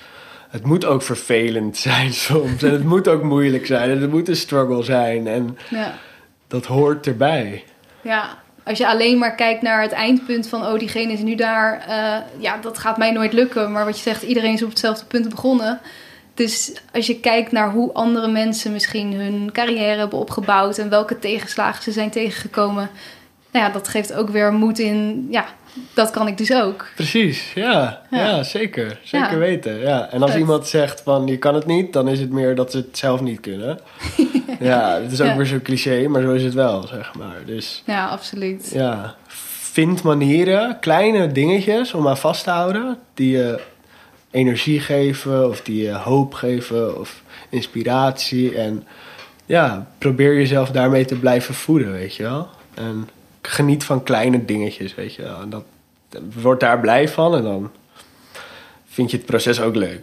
het moet ook vervelend zijn soms. En het moet ook moeilijk zijn. En het moet een struggle zijn. En ja. dat hoort erbij. Ja, als je alleen maar kijkt naar het eindpunt van... oh, diegene is nu daar. Uh, ja, dat gaat mij nooit lukken. Maar wat je zegt, iedereen is op hetzelfde punt begonnen. Dus als je kijkt naar hoe andere mensen misschien hun carrière hebben opgebouwd... en welke tegenslagen ze zijn tegengekomen... nou ja, dat geeft ook weer moed in... ja, dat kan ik dus ook. Precies, ja. Ja, ja zeker. Zeker ja. weten. Ja. En als Vet. iemand zegt van je kan het niet... dan is het meer dat ze het zelf niet kunnen. Ja, het is ook ja. weer zo'n cliché, maar zo is het wel, zeg maar. Dus, ja, absoluut. Ja, vind manieren, kleine dingetjes om aan vast te houden... die je energie geven of die je hoop geven of inspiratie. En ja, probeer jezelf daarmee te blijven voeden, weet je wel. En geniet van kleine dingetjes, weet je wel. En dat, word daar blij van en dan vind je het proces ook leuk.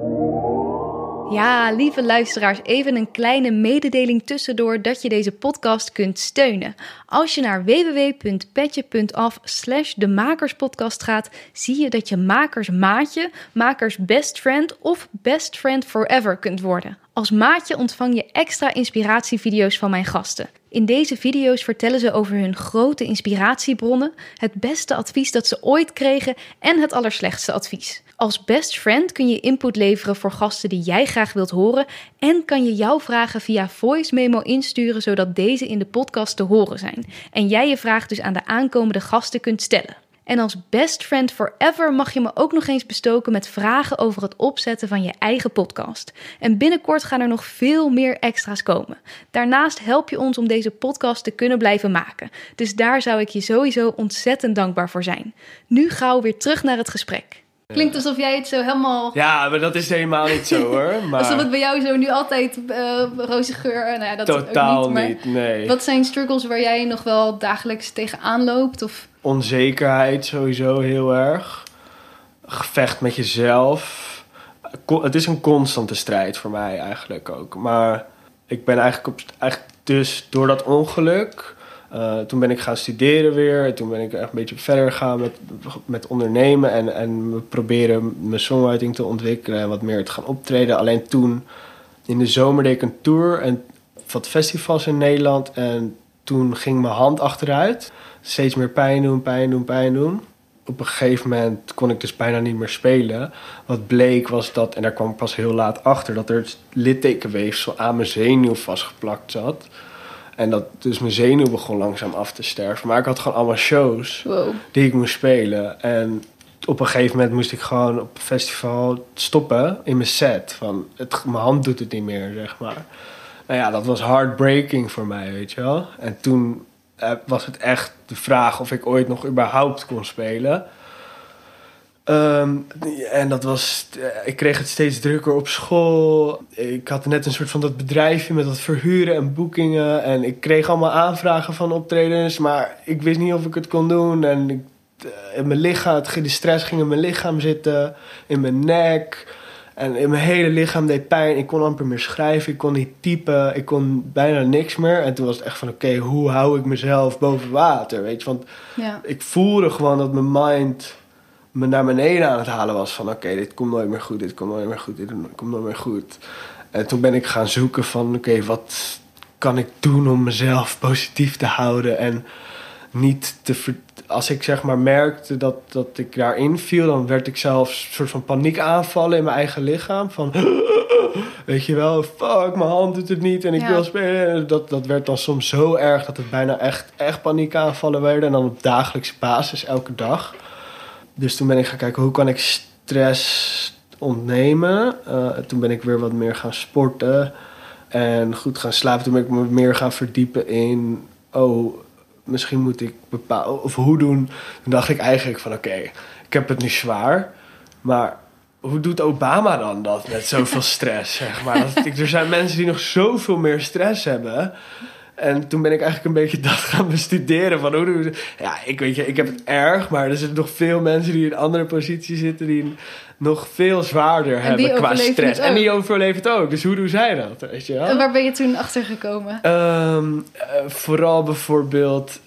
Ja, lieve luisteraars, even een kleine mededeling tussendoor dat je deze podcast kunt steunen. Als je naar www.petje.af slash de makerspodcast gaat, zie je dat je makers maatje, makers best friend of best friend forever kunt worden. Als maatje ontvang je extra inspiratievideo's van mijn gasten. In deze video's vertellen ze over hun grote inspiratiebronnen, het beste advies dat ze ooit kregen en het allerslechtste advies. Als best friend kun je input leveren voor gasten die jij graag wilt horen en kan je jouw vragen via voice memo insturen zodat deze in de podcast te horen zijn. En jij je vraag dus aan de aankomende gasten kunt stellen. En als best friend forever mag je me ook nog eens bestoken met vragen over het opzetten van je eigen podcast. En binnenkort gaan er nog veel meer extra's komen. Daarnaast help je ons om deze podcast te kunnen blijven maken. Dus daar zou ik je sowieso ontzettend dankbaar voor zijn. Nu gauw weer terug naar het gesprek. Klinkt alsof jij het zo helemaal... Ja, maar dat is helemaal niet zo hoor. Maar... alsof het bij jou zo nu altijd uh, roze geur... Nou ja, dat Totaal ook niet, niet, nee. Wat zijn struggles waar jij nog wel dagelijks tegenaan loopt? Of... Onzekerheid sowieso heel erg. Gevecht met jezelf. Het is een constante strijd voor mij eigenlijk ook. Maar ik ben eigenlijk, op, eigenlijk dus door dat ongeluk... Uh, toen ben ik gaan studeren weer. Toen ben ik echt een beetje verder gegaan met, met ondernemen. En, en proberen mijn songwriting te ontwikkelen. En wat meer te gaan optreden. Alleen toen, in de zomer deed ik een tour. En wat festivals in Nederland. En toen ging mijn hand achteruit. Steeds meer pijn doen, pijn doen, pijn doen. Op een gegeven moment kon ik dus bijna niet meer spelen. Wat bleek was dat, en daar kwam ik pas heel laat achter... dat er littekenweefsel aan mijn zenuw vastgeplakt zat... En dat dus mijn zenuw begon langzaam af te sterven. Maar ik had gewoon allemaal shows wow. die ik moest spelen. En op een gegeven moment moest ik gewoon op een festival stoppen in mijn set. Van het, mijn hand doet het niet meer, zeg maar. Nou ja, dat was heartbreaking voor mij, weet je wel. En toen eh, was het echt de vraag of ik ooit nog überhaupt kon spelen... Um, en dat was... Ik kreeg het steeds drukker op school. Ik had net een soort van dat bedrijfje met wat verhuren en boekingen. En ik kreeg allemaal aanvragen van optredens. Maar ik wist niet of ik het kon doen. En ik, in mijn lichaam, de stress ging in mijn lichaam zitten. In mijn nek. En in mijn hele lichaam deed pijn. Ik kon amper meer schrijven. Ik kon niet typen. Ik kon bijna niks meer. En toen was het echt van... Oké, okay, hoe hou ik mezelf boven water? Weet je, want ja. ik voelde gewoon dat mijn mind... me naar beneden aan het halen was van... oké, okay, dit komt nooit meer goed, dit komt nooit meer goed, dit komt nooit meer goed. En toen ben ik gaan zoeken van... oké, okay, wat kan ik doen om mezelf positief te houden... en niet te... Ver- als ik zeg maar merkte dat, dat ik daarin viel... dan werd ik zelfs een soort van paniek aanvallen in mijn eigen lichaam. Van, weet je wel, fuck, mijn hand doet het niet en ik ja. wil spelen. Dat, dat werd dan soms zo erg dat het bijna echt, echt paniek aanvallen werden. En dan op dagelijkse basis, elke dag... Dus toen ben ik gaan kijken, hoe kan ik stress ontnemen? Uh, toen ben ik weer wat meer gaan sporten en goed gaan slapen. Toen ben ik me meer gaan verdiepen in, oh, misschien moet ik bepalen, of hoe doen. Toen dacht ik eigenlijk van, oké, okay, ik heb het nu zwaar, maar hoe doet Obama dan dat met zoveel stress, zeg maar? Dat, er zijn mensen die nog zoveel meer stress hebben... En toen ben ik eigenlijk een beetje dat gaan bestuderen. Van hoe doen we... Ja, ik weet je, ik heb het erg. Maar er zijn nog veel mensen die in een andere positie zitten... die nog veel zwaarder en hebben qua stress. En die overleven het ook. Dus hoe doen zij dat, weet je wel? En waar ben je toen achter gekomen? Um, uh, vooral bijvoorbeeld...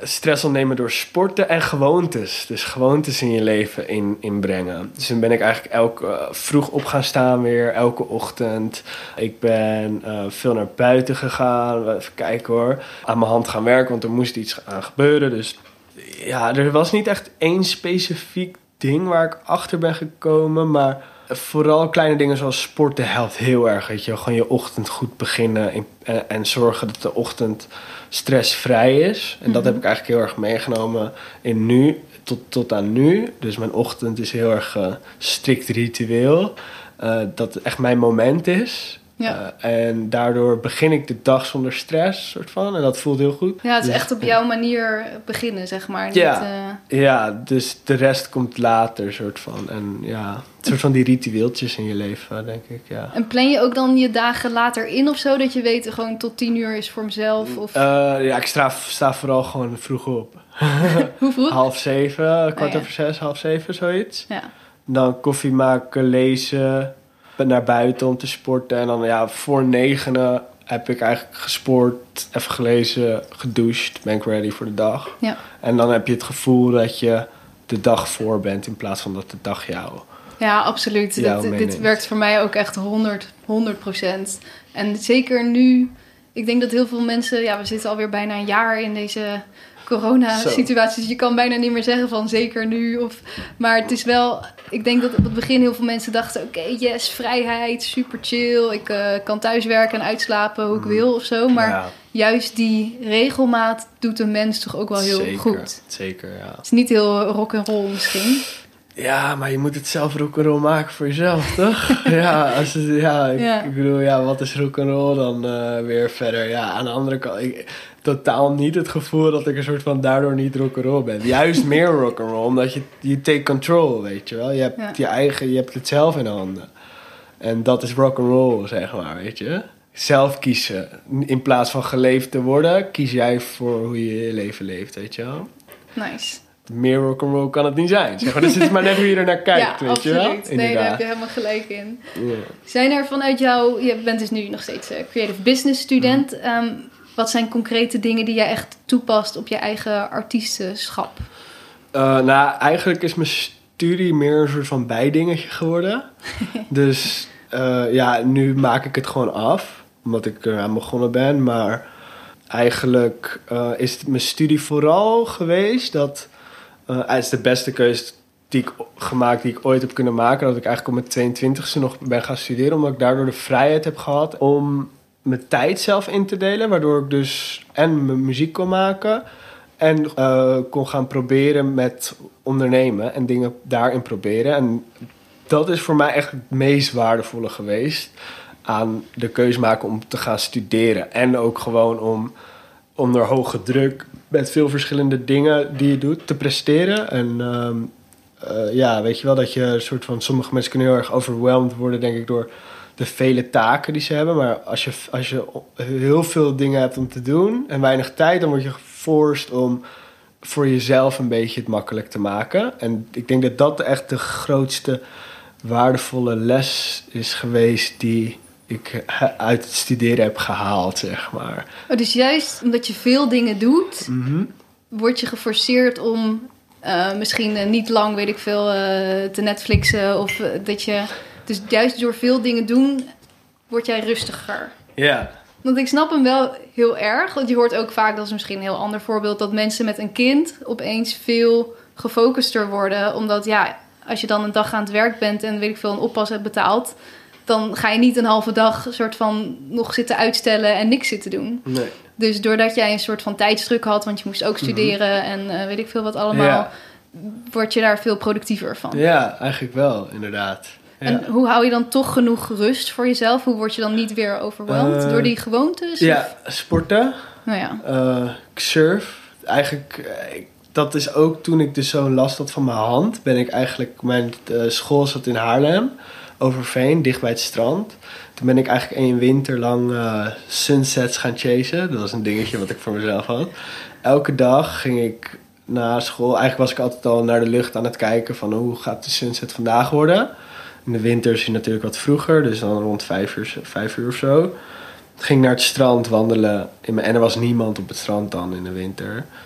stress ontnemen door sporten en gewoontes. Dus gewoontes in je leven in, inbrengen. Dus dan ben ik eigenlijk elke uh, vroeg op gaan staan weer, elke ochtend. Ik ben uh, veel naar buiten gegaan. Even kijken hoor. Aan mijn hand gaan werken, want er moest iets aan gebeuren. Dus ja, er was niet echt één specifiek ding waar ik achter ben gekomen. Maar vooral kleine dingen zoals sporten helpt heel erg. Weet je, gewoon je ochtend goed beginnen en, en, en zorgen dat de ochtend stressvrij is. En dat heb ik eigenlijk heel erg meegenomen in nu, tot, tot aan nu. Dus mijn ochtend is heel erg uh, strikt ritueel. Uh, dat het echt mijn moment is. Ja. Uh, en daardoor begin ik de dag zonder stress, soort van. En dat voelt heel goed. Ja, het is dus, echt op jouw manier beginnen, zeg maar. Ja, Niet, uh... ja, dus de rest komt later, soort van. En ja, een soort van die ritueeltjes in je leven, denk ik, ja. En plan je ook dan je dagen later in of zo? Dat je weet, gewoon tot tien uur is voor mezelf? Of... Uh, ja, ik sta, sta vooral gewoon vroeg op. Hoe vroeg? Half zeven, kwart oh, ja. over zes, half zeven, zoiets. Ja. Dan koffie maken, lezen, naar buiten om te sporten. En dan ja, voor negenen heb ik eigenlijk gesport, even gelezen, gedoucht, ben ik ready voor de dag. Ja. En dan heb je het gevoel dat je de dag voor bent in plaats van dat de dag jou... Ja, absoluut. jou dit, dit werkt voor mij ook echt honderd procent. En zeker nu, ik denk dat heel veel mensen... Ja, we zitten alweer bijna een jaar in deze corona-situatie. Dus je kan bijna niet meer zeggen van zeker nu. Of, maar het is wel... Ik denk dat op het begin heel veel mensen dachten... Oké, okay, yes, vrijheid, super chill. Ik uh, kan thuiswerken en uitslapen hoe ik wil of zo. Maar ja. juist die regelmaat doet een mens toch ook wel heel zeker, goed. Zeker, ja. Het is niet heel rock'n'roll misschien. Ja, maar je moet het zelf rock'n'roll maken voor jezelf, toch? ja, als het, ja, ik, ja, ik bedoel, ja, wat is rock'n'roll dan uh, weer verder? Ja, aan de andere kant... Ik, totaal niet het gevoel dat ik een soort van daardoor niet rock'n'roll ben. Juist meer rock'n'roll, omdat je, je take control, weet je wel. Je hebt ja. je eigen, je hebt het zelf in handen. En dat is rock'n'roll, zeg maar, weet je. Zelf kiezen. In plaats van geleefd te worden, kies jij voor hoe je je leven leeft, weet je wel. Nice. Meer rock'n'roll kan het niet zijn. Zeg maar. Dus het is maar net hoe je er naar kijkt, ja, weet absoluut. je wel. Nee, Inderdaad. daar heb je helemaal gelijk in. Ja. Zijn er vanuit jou... Je bent dus nu nog steeds uh, creative business student... Mm. Um, Wat zijn concrete dingen die jij echt toepast op je eigen artiestenschap? Uh, nou, eigenlijk is mijn studie meer een soort van bijdingetje geworden. Dus uh, ja, nu maak ik het gewoon af. Omdat ik eraan begonnen ben. Maar eigenlijk uh, is het mijn studie vooral geweest dat... Uh, het is de beste keuze die ik gemaakt die ik ooit heb kunnen maken. Dat ik eigenlijk op mijn tweeëntwintigste nog ben gaan studeren. Omdat ik daardoor de vrijheid heb gehad om... mijn tijd zelf in te delen, waardoor ik dus en mijn muziek kon maken en uh, kon gaan proberen met ondernemen en dingen daarin proberen. En dat is voor mij echt het meest waardevolle geweest aan de keuze maken om te gaan studeren. En ook gewoon om onder hoge druk met veel verschillende dingen die je doet te presteren. En um, uh, ja, weet je wel, dat je een soort van... Sommige mensen kunnen heel erg overwhelmed worden, denk ik, door de vele taken die ze hebben. Maar als je, als je heel veel dingen hebt om te doen en weinig tijd, dan word je geforced om voor jezelf een beetje het makkelijk te maken. En ik denk dat dat echt de grootste waardevolle les is geweest die ik uit het studeren heb gehaald, zeg maar. Oh, dus juist omdat je veel dingen doet, mm-hmm. word je geforceerd om uh, misschien uh, niet lang, weet ik veel, uh, te Netflixen of uh, dat je... Dus juist door veel dingen doen, word jij rustiger. Ja. Yeah. Want ik snap hem wel heel erg. Want je hoort ook vaak, dat is misschien een heel ander voorbeeld, dat mensen met een kind opeens veel gefocuster worden. Omdat ja, als je dan een dag aan het werk bent en weet ik veel, een oppas hebt betaald, dan ga je niet een halve dag soort van nog zitten uitstellen en niks zitten doen. Nee. Dus doordat jij een soort van tijdsdruk had, want je moest ook studeren mm-hmm. en uh, weet ik veel wat allemaal, ja. word je daar veel productiever van. Ja, eigenlijk wel, inderdaad. Ja. En hoe hou je dan toch genoeg rust voor jezelf? Hoe word je dan niet weer overweldigd uh, door die gewoontes? Ja, of? sporten. Nou ja. Uh, ik surf. Eigenlijk, uh, dat is ook toen ik dus zo'n last had van mijn hand. Ben ik eigenlijk, mijn uh, school zat in Haarlem, Overveen, dicht bij het strand. Toen ben ik eigenlijk één winter lang uh, sunsets gaan chasen. Dat was een dingetje wat ik voor mezelf had. Elke dag ging ik na school, eigenlijk was ik altijd al naar de lucht aan het kijken van hoe gaat de sunset vandaag worden. In de winter is hij natuurlijk wat vroeger, dus dan rond vijf uur, vijf uur of zo. Ik ging naar het strand wandelen en er was niemand op het strand dan in de winter.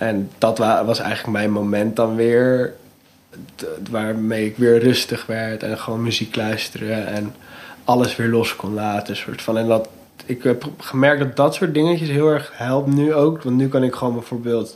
En dat wa- was eigenlijk mijn moment dan weer, t- waarmee ik weer rustig werd en gewoon muziek luisteren en alles weer los kon laten. Soort van. En dat, ik heb gemerkt dat dat soort dingetjes heel erg helpt nu ook. Want nu kan ik gewoon bijvoorbeeld,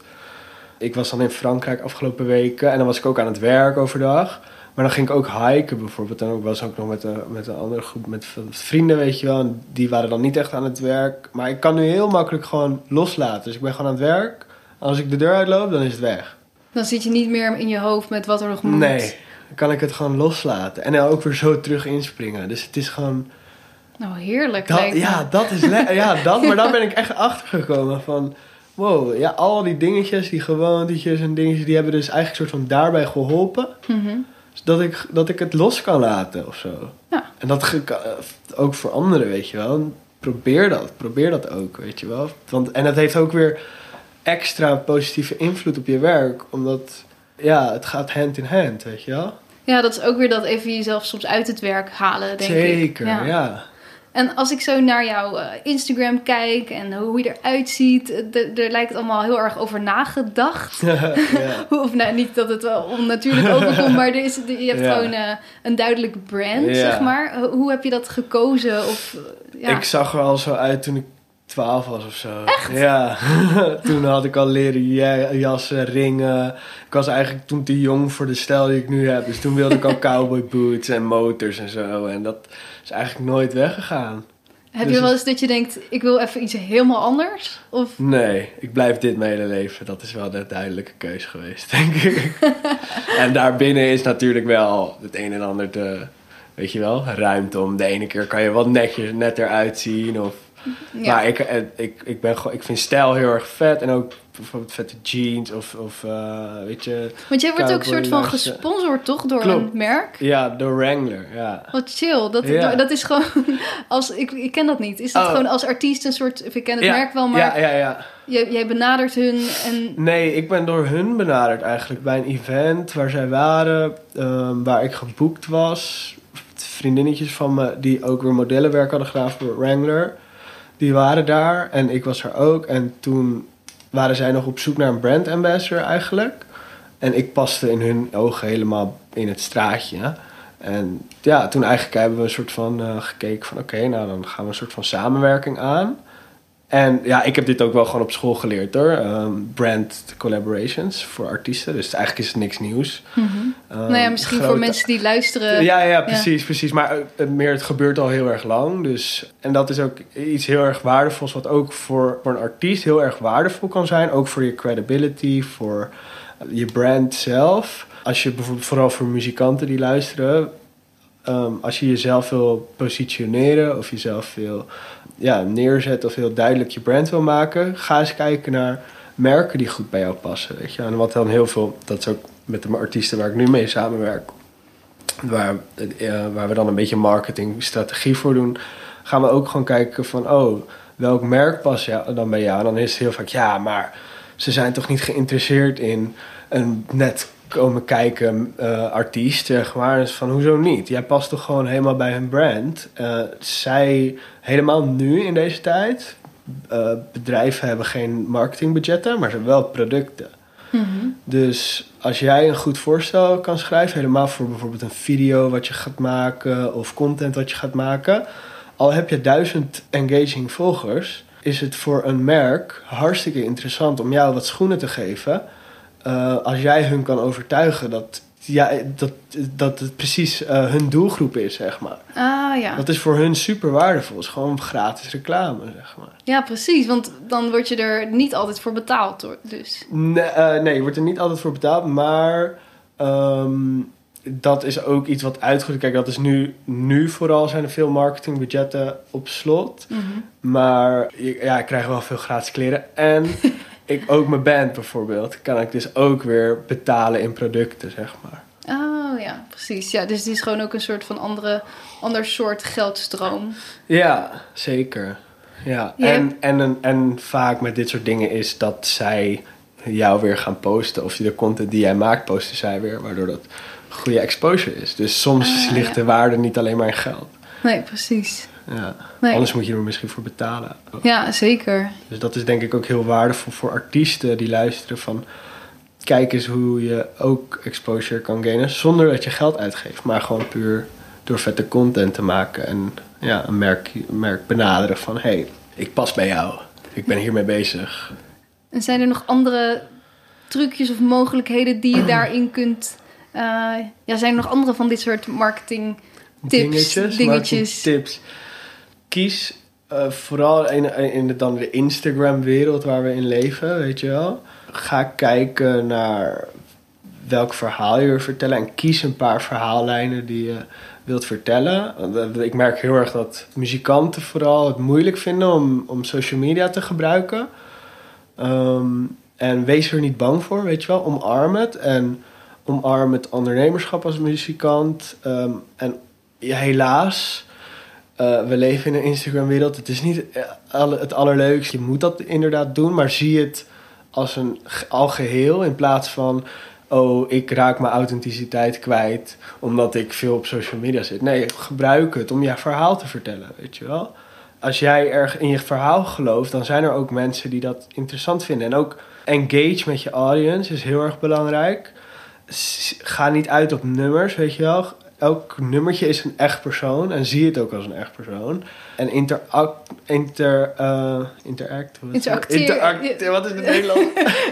ik was dan in Frankrijk afgelopen weken en dan was ik ook aan het werk overdag. Maar dan ging ik ook hiken bijvoorbeeld. En ik was ook nog met een, met een andere groep met vrienden, weet je wel. En die waren dan niet echt aan het werk. Maar ik kan nu heel makkelijk gewoon loslaten. Dus ik ben gewoon aan het werk. Als ik de deur uitloop, dan is het weg. Dan zit je niet meer in je hoofd met wat er nog moet. Nee, dan kan ik het gewoon loslaten. En dan ook weer zo terug inspringen. Dus het is gewoon... Nou, heerlijk. Dat, lijkt me. ja, dat is le- ja, dat, maar daar ben ik echt achter gekomen van... Wow, ja, al die dingetjes, die gewoontjes en dingetjes... die hebben dus eigenlijk soort van daarbij geholpen... Mm-hmm. Dat ik, dat ik het los kan laten of zo. Ja. En dat ge- ook voor anderen, weet je wel. Probeer dat, probeer dat ook, weet je wel. Want, en dat heeft ook weer extra positieve invloed op je werk. Omdat, ja, het gaat hand in hand, weet je wel. Ja, dat is ook weer dat even jezelf soms uit het werk halen, denk Zeker, ik. Zeker, ja. ja. En als ik zo naar jouw uh, Instagram kijk en hoe je eruit ziet, er lijkt het allemaal heel erg over nagedacht. ja. Of nou, niet dat het wel onnatuurlijk overkomt, maar er is, je hebt ja. gewoon uh, een duidelijke brand, ja. zeg maar. Hoe heb je dat gekozen? Of, ja. Ik zag er al zo uit toen ik twaalf was of zo. Echt? Ja. Toen had ik al leren jassen, ringen. Ik was eigenlijk toen te jong voor de stijl die ik nu heb. Dus toen wilde ik al cowboy boots en motors en zo. En dat is eigenlijk nooit weggegaan. Heb dus je wel eens dat je denkt, ik wil even iets helemaal anders? Of? Nee, ik blijf dit mijn hele leven. Dat is wel de duidelijke keuze geweest, denk ik. En daarbinnen is natuurlijk wel het een en ander te... Weet je wel, ruimte om. De ene keer kan je wat netjes, netter uitzien of... Ja. Maar ik, ik, ik, ben gewoon, ik vind stijl heel erg vet. En ook bijvoorbeeld vette jeans of, of uh, weet je... Want jij wordt ook een soort van gesponsord, toch? Door Klopt. een merk? Ja, door Wrangler, ja. Wat chill. Dat, ja. dat is gewoon... Als, ik, ik ken dat niet. Is dat oh. gewoon als artiest een soort... Ik ken het ja. merk wel, maar... Ja, ja, ja. Jij, jij benadert hun en... Nee, ik ben door hun benaderd eigenlijk. Bij een event waar zij waren, um, waar ik geboekt was. Vriendinnetjes van me die ook weer modellenwerk hadden gedaan voor Wrangler... Die waren daar en ik was er ook. En toen waren zij nog op zoek naar een brand ambassador eigenlijk. En ik paste in hun ogen helemaal in het straatje. En ja, toen eigenlijk hebben we een soort van uh, gekeken van... Oké, okay, nou dan gaan we een soort van samenwerking aan. En ja, ik heb dit ook wel gewoon op school geleerd hoor. Um, brand collaborations voor artiesten. Dus eigenlijk is het niks nieuws. Mm-hmm. Um, nou ja, misschien grote... voor mensen die luisteren. Ja, ja, precies, ja. precies. Maar uh, meer, het gebeurt al heel erg lang. Dus, en dat is ook iets heel erg waardevols. Wat ook voor, voor een artiest heel erg waardevol kan zijn. Ook voor je credibility, voor je brand zelf. Als je bijvoorbeeld, vooral voor muzikanten die luisteren... Um, als je jezelf wil positioneren of jezelf wil ja, neerzetten of heel duidelijk je brand wil maken, ga eens kijken naar merken die goed bij jou passen. Weet je? En wat dan heel veel, dat is ook met de artiesten waar ik nu mee samenwerk, waar, uh, waar we dan een beetje marketingstrategie voor doen, gaan we ook gewoon kijken van, oh, welk merk past ja, dan bij jou? En dan is het heel vaak, ja, maar ze zijn toch niet geïnteresseerd in een net komen kijken uh, artiest, zeg maar. Dus van, hoezo niet? Jij past toch gewoon helemaal bij hun brand. Uh, zij, helemaal nu in deze tijd, uh, bedrijven hebben geen marketingbudgetten, maar ze hebben wel producten. Mm-hmm. Dus als jij een goed voorstel kan schrijven, helemaal voor bijvoorbeeld een video wat je gaat maken of content wat je gaat maken, al heb je duizend engaging volgers, is het voor een merk hartstikke interessant om jou wat schoenen te geven. Uh, als jij hun kan overtuigen dat, ja, dat, dat het precies uh, hun doelgroep is, zeg maar. Ah, ja. Dat is voor hun super waardevol. Het is gewoon gratis reclame, zeg maar. Ja, precies. Want dan word je er niet altijd voor betaald, hoor. Dus. Nee, uh, nee, je wordt er niet altijd voor betaald. Maar um, dat is ook iets wat uitgroeit. Kijk, dat is nu, nu vooral zijn er veel marketingbudgetten op slot. Mm-hmm. Maar ja, ik krijg wel veel gratis kleren. En... Ik, ook mijn band bijvoorbeeld, kan ik dus ook weer betalen in producten, zeg maar. Oh ja, precies. Ja, dus het is gewoon ook een soort van andere, ander soort geldstroom. Ja, zeker. Ja. Ja. En, en, en vaak met dit soort dingen is dat zij jou weer gaan posten. Of de content die jij maakt, posten zij weer. Waardoor dat goede exposure is. Dus soms ah, ligt ja. de waarde niet alleen maar in geld. Nee, precies. Ja. Nee. Anders moet je er misschien voor betalen. Ja, zeker. Dus dat is denk ik ook heel waardevol voor artiesten die luisteren van... Kijk eens hoe je ook exposure kan gainen zonder dat je geld uitgeeft. Maar gewoon puur door vette content te maken. En ja, een merk, een merk benaderen van... Hé, hey, ik pas bij jou. Ik ben hiermee bezig. En zijn er nog andere trucjes of mogelijkheden die je daarin kunt... Uh, ja, zijn er nog andere van dit soort marketing tips, dingetjes? dingetjes? Tips. Kies uh, vooral in, in de, dan de Instagram-wereld waar we in leven, weet je wel. Ga kijken naar welk verhaal je wil vertellen. En kies een paar verhaallijnen die je wilt vertellen. Ik merk heel erg dat muzikanten vooral het moeilijk vinden om, om social media te gebruiken. Um, en wees er niet bang voor, weet je wel. Omarm het. En omarm het ondernemerschap als muzikant. Um, en ja, helaas, uh, we leven in een Instagram-wereld. Het is niet het allerleukste. Je moet dat inderdaad doen, maar zie het als een algeheel in plaats van... oh, ik raak mijn authenticiteit kwijt omdat ik veel op social media zit. Nee, gebruik het om je verhaal te vertellen, weet je wel. Als jij erg in je verhaal gelooft, dan zijn er ook mensen die dat interessant vinden. En ook engage met je audience is heel erg belangrijk. Ga niet uit op nummers, weet je wel. Elk nummertje is een echt persoon en zie het ook als een echt persoon. En interact... Inter, uh, interact wat Interacteer. Interact, wat is het Nederlands?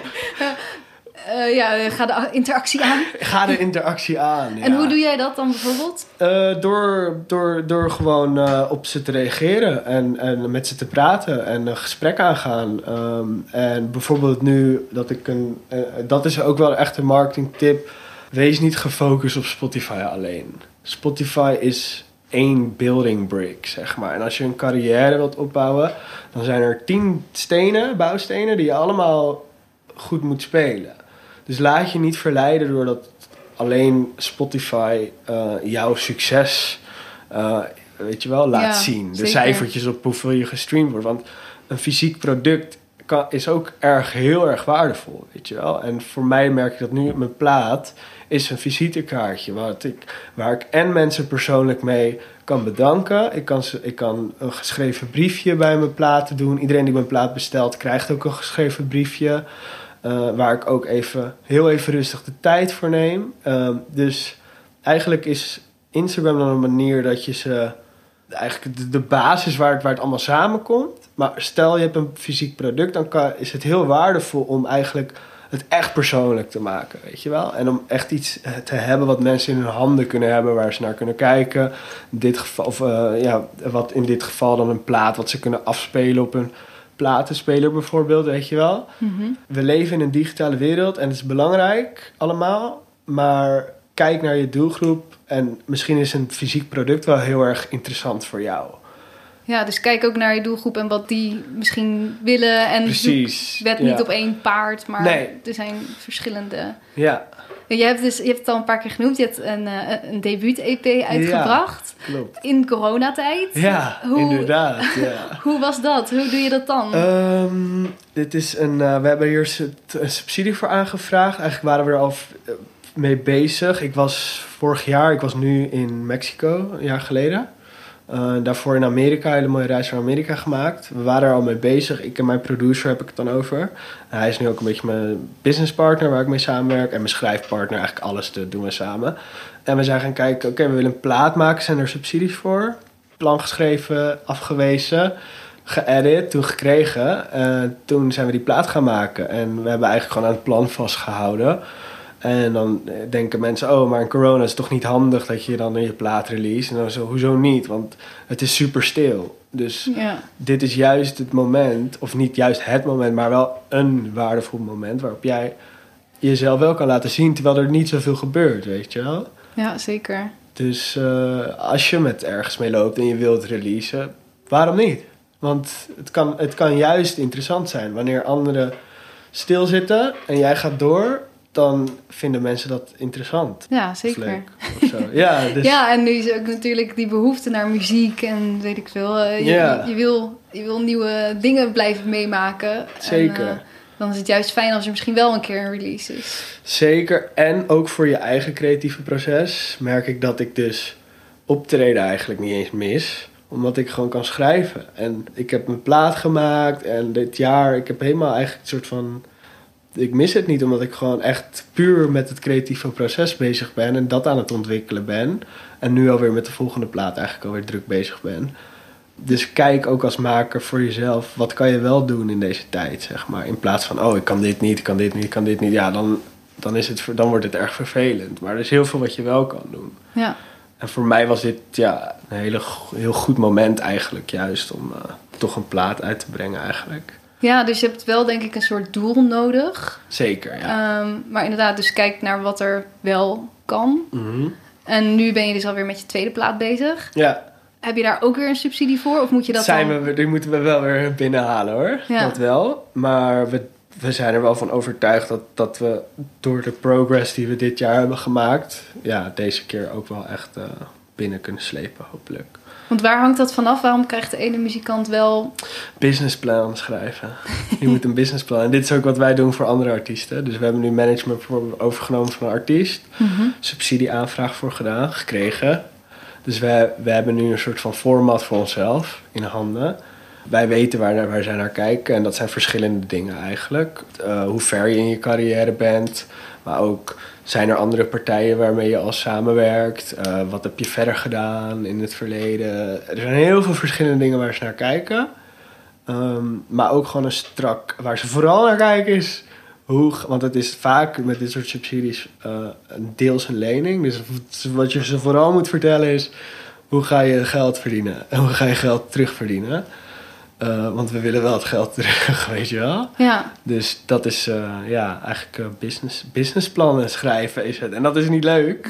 Uh, ja, ga de interactie aan. Ga de interactie aan, ja. En hoe doe jij dat dan bijvoorbeeld? Uh, door, door, door gewoon uh, op ze te reageren en, en met ze te praten en een gesprek aangaan. Um, en bijvoorbeeld nu, dat ik een... Uh, dat is ook wel echt een marketingtip. Wees niet gefocust op Spotify alleen. Spotify is één building brick, zeg maar. En als je een carrière wilt opbouwen, dan zijn er tien stenen, bouwstenen, die je allemaal goed moet spelen. Dus laat je niet verleiden doordat alleen Spotify uh, jouw succes, uh, weet je wel, laat ja, zien. De zeker. Cijfertjes op hoeveel je gestreamd wordt. Want een fysiek product kan, is ook erg, heel erg waardevol, weet je wel. En voor mij merk ik dat nu, mijn plaat is een visitekaartje. Waar ik, waar ik en mensen persoonlijk mee kan bedanken. Ik kan, ik kan een geschreven briefje bij mijn platen doen. Iedereen die mijn plaat bestelt, krijgt ook een geschreven briefje. Uh, waar ik ook even, heel even rustig de tijd voor neem. Uh, dus eigenlijk is Instagram dan een manier dat je ze... Eigenlijk de, de basis waar het, waar het allemaal samenkomt. Maar stel je hebt een fysiek product, dan kan, is het heel waardevol om eigenlijk het echt persoonlijk te maken, weet je wel. En om echt iets te hebben wat mensen in hun handen kunnen hebben, waar ze naar kunnen kijken. In dit geval, of uh, ja, wat in dit geval dan een plaat, wat ze kunnen afspelen op een platenspeler bijvoorbeeld, weet je wel. Mm-hmm. We leven in een digitale wereld en het is belangrijk allemaal, maar kijk naar je doelgroep en misschien is een fysiek product wel heel erg interessant voor jou. Ja, dus kijk ook naar je doelgroep en wat die misschien willen. En precies. Wed ja. niet op één paard, maar nee. er zijn verschillende. Ja. Je hebt, dus, je hebt het al een paar keer genoemd. Je hebt een, een debuut-E P uitgebracht. Ja, klopt. In coronatijd. Ja, hoe, inderdaad. Ja. Hoe was dat? Hoe doe je dat dan? Um, dit is een, uh, we hebben hier een subsidie voor aangevraagd. Eigenlijk waren we er al mee bezig. Ik was vorig jaar, ik was nu in Mexico, een jaar geleden. Uh, daarvoor in Amerika, een hele mooie reis naar Amerika gemaakt. We waren er al mee bezig. Ik en mijn producer heb ik het dan over. Uh, hij is nu ook een beetje mijn businesspartner waar ik mee samenwerk. En mijn schrijfpartner, eigenlijk alles te doen we samen. En we zijn gaan kijken, oké, okay, we willen een plaat maken. Zijn er subsidies voor? Plan geschreven, afgewezen, geëdit, toen gekregen. Uh, toen zijn we die plaat gaan maken. En we hebben eigenlijk gewoon aan het plan vastgehouden. En dan denken mensen, oh, maar in corona is het toch niet handig dat je dan je plaat release. En dan zo, hoezo niet? Want het is super stil. Dus ja. Dit is juist het moment, of niet juist het moment, maar wel een waardevol moment waarop jij jezelf wel kan laten zien, terwijl er niet zoveel gebeurt, weet je wel? Ja, zeker. Dus uh, als je met ergens mee loopt en je wilt releasen, waarom niet? Want het kan, het kan juist interessant zijn. Wanneer anderen stilzitten en jij gaat door, dan vinden mensen dat interessant. Ja, zeker. Leuk, of zo. Ja, dus ja, en nu is ook natuurlijk die behoefte naar muziek en weet ik veel. Uh, je, ja. je, je, wil, je wil nieuwe dingen blijven meemaken. Zeker. En, uh, dan is het juist fijn als er misschien wel een keer een release is. Zeker. En ook voor je eigen creatieve proces merk ik dat ik dus optreden eigenlijk niet eens mis. Omdat ik gewoon kan schrijven. En ik heb mijn plaat gemaakt. En dit jaar, ik heb helemaal eigenlijk een soort van... Ik mis het niet, omdat ik gewoon echt puur met het creatieve proces bezig ben. En dat aan het ontwikkelen ben. En nu alweer met de volgende plaat eigenlijk alweer druk bezig ben. Dus kijk ook als maker voor jezelf. Wat kan je wel doen in deze tijd, zeg maar. In plaats van, oh, ik kan dit niet, ik kan dit niet, ik kan dit niet. Ja, dan, dan, is het, dan wordt het erg vervelend. Maar er is heel veel wat je wel kan doen. Ja. En voor mij was dit ja, een hele, heel goed moment eigenlijk juist om uh, toch een plaat uit te brengen eigenlijk. Ja, dus je hebt wel denk ik een soort doel nodig. Zeker, ja. Um, maar inderdaad, dus kijk naar wat er wel kan. Mm-hmm. En nu ben je dus alweer met je tweede plaat bezig. Ja. Heb je daar ook weer een subsidie voor? Of moet je dat zijn dan... we, die moeten we wel weer binnenhalen hoor. Ja. Dat wel. Maar we, we zijn er wel van overtuigd dat, dat we door de progress die we dit jaar hebben gemaakt... ja, deze keer ook wel echt uh, binnen kunnen slepen, hopelijk. Want waar hangt dat vanaf? Waarom krijgt de ene muzikant wel... Businessplan schrijven. Je moet een businessplan. En dit is ook wat wij doen voor andere artiesten. Dus we hebben nu management voor overgenomen van een artiest. Mm-hmm. Subsidieaanvraag voor gedaan, gekregen. Dus we, we hebben nu een soort van format voor onszelf in handen. Wij weten waar, waar zij naar kijken. En dat zijn verschillende dingen eigenlijk. Uh, hoe ver je in je carrière bent. Maar ook, zijn er andere partijen waarmee je al samenwerkt? Uh, wat heb je verder gedaan in het verleden? Er zijn heel veel verschillende dingen waar ze naar kijken. Um, maar ook gewoon een strak... Waar ze vooral naar kijken is... Hoe, want het is vaak met dit soort subsidies uh, deels een lening. Dus wat je ze vooral moet vertellen is... Hoe ga je geld verdienen? En hoe ga je geld terugverdienen? Uh, want we willen wel het geld terug, weet je wel? Ja. Dus dat is uh, ja, eigenlijk uh, business, businessplannen schrijven is het. En dat is niet leuk.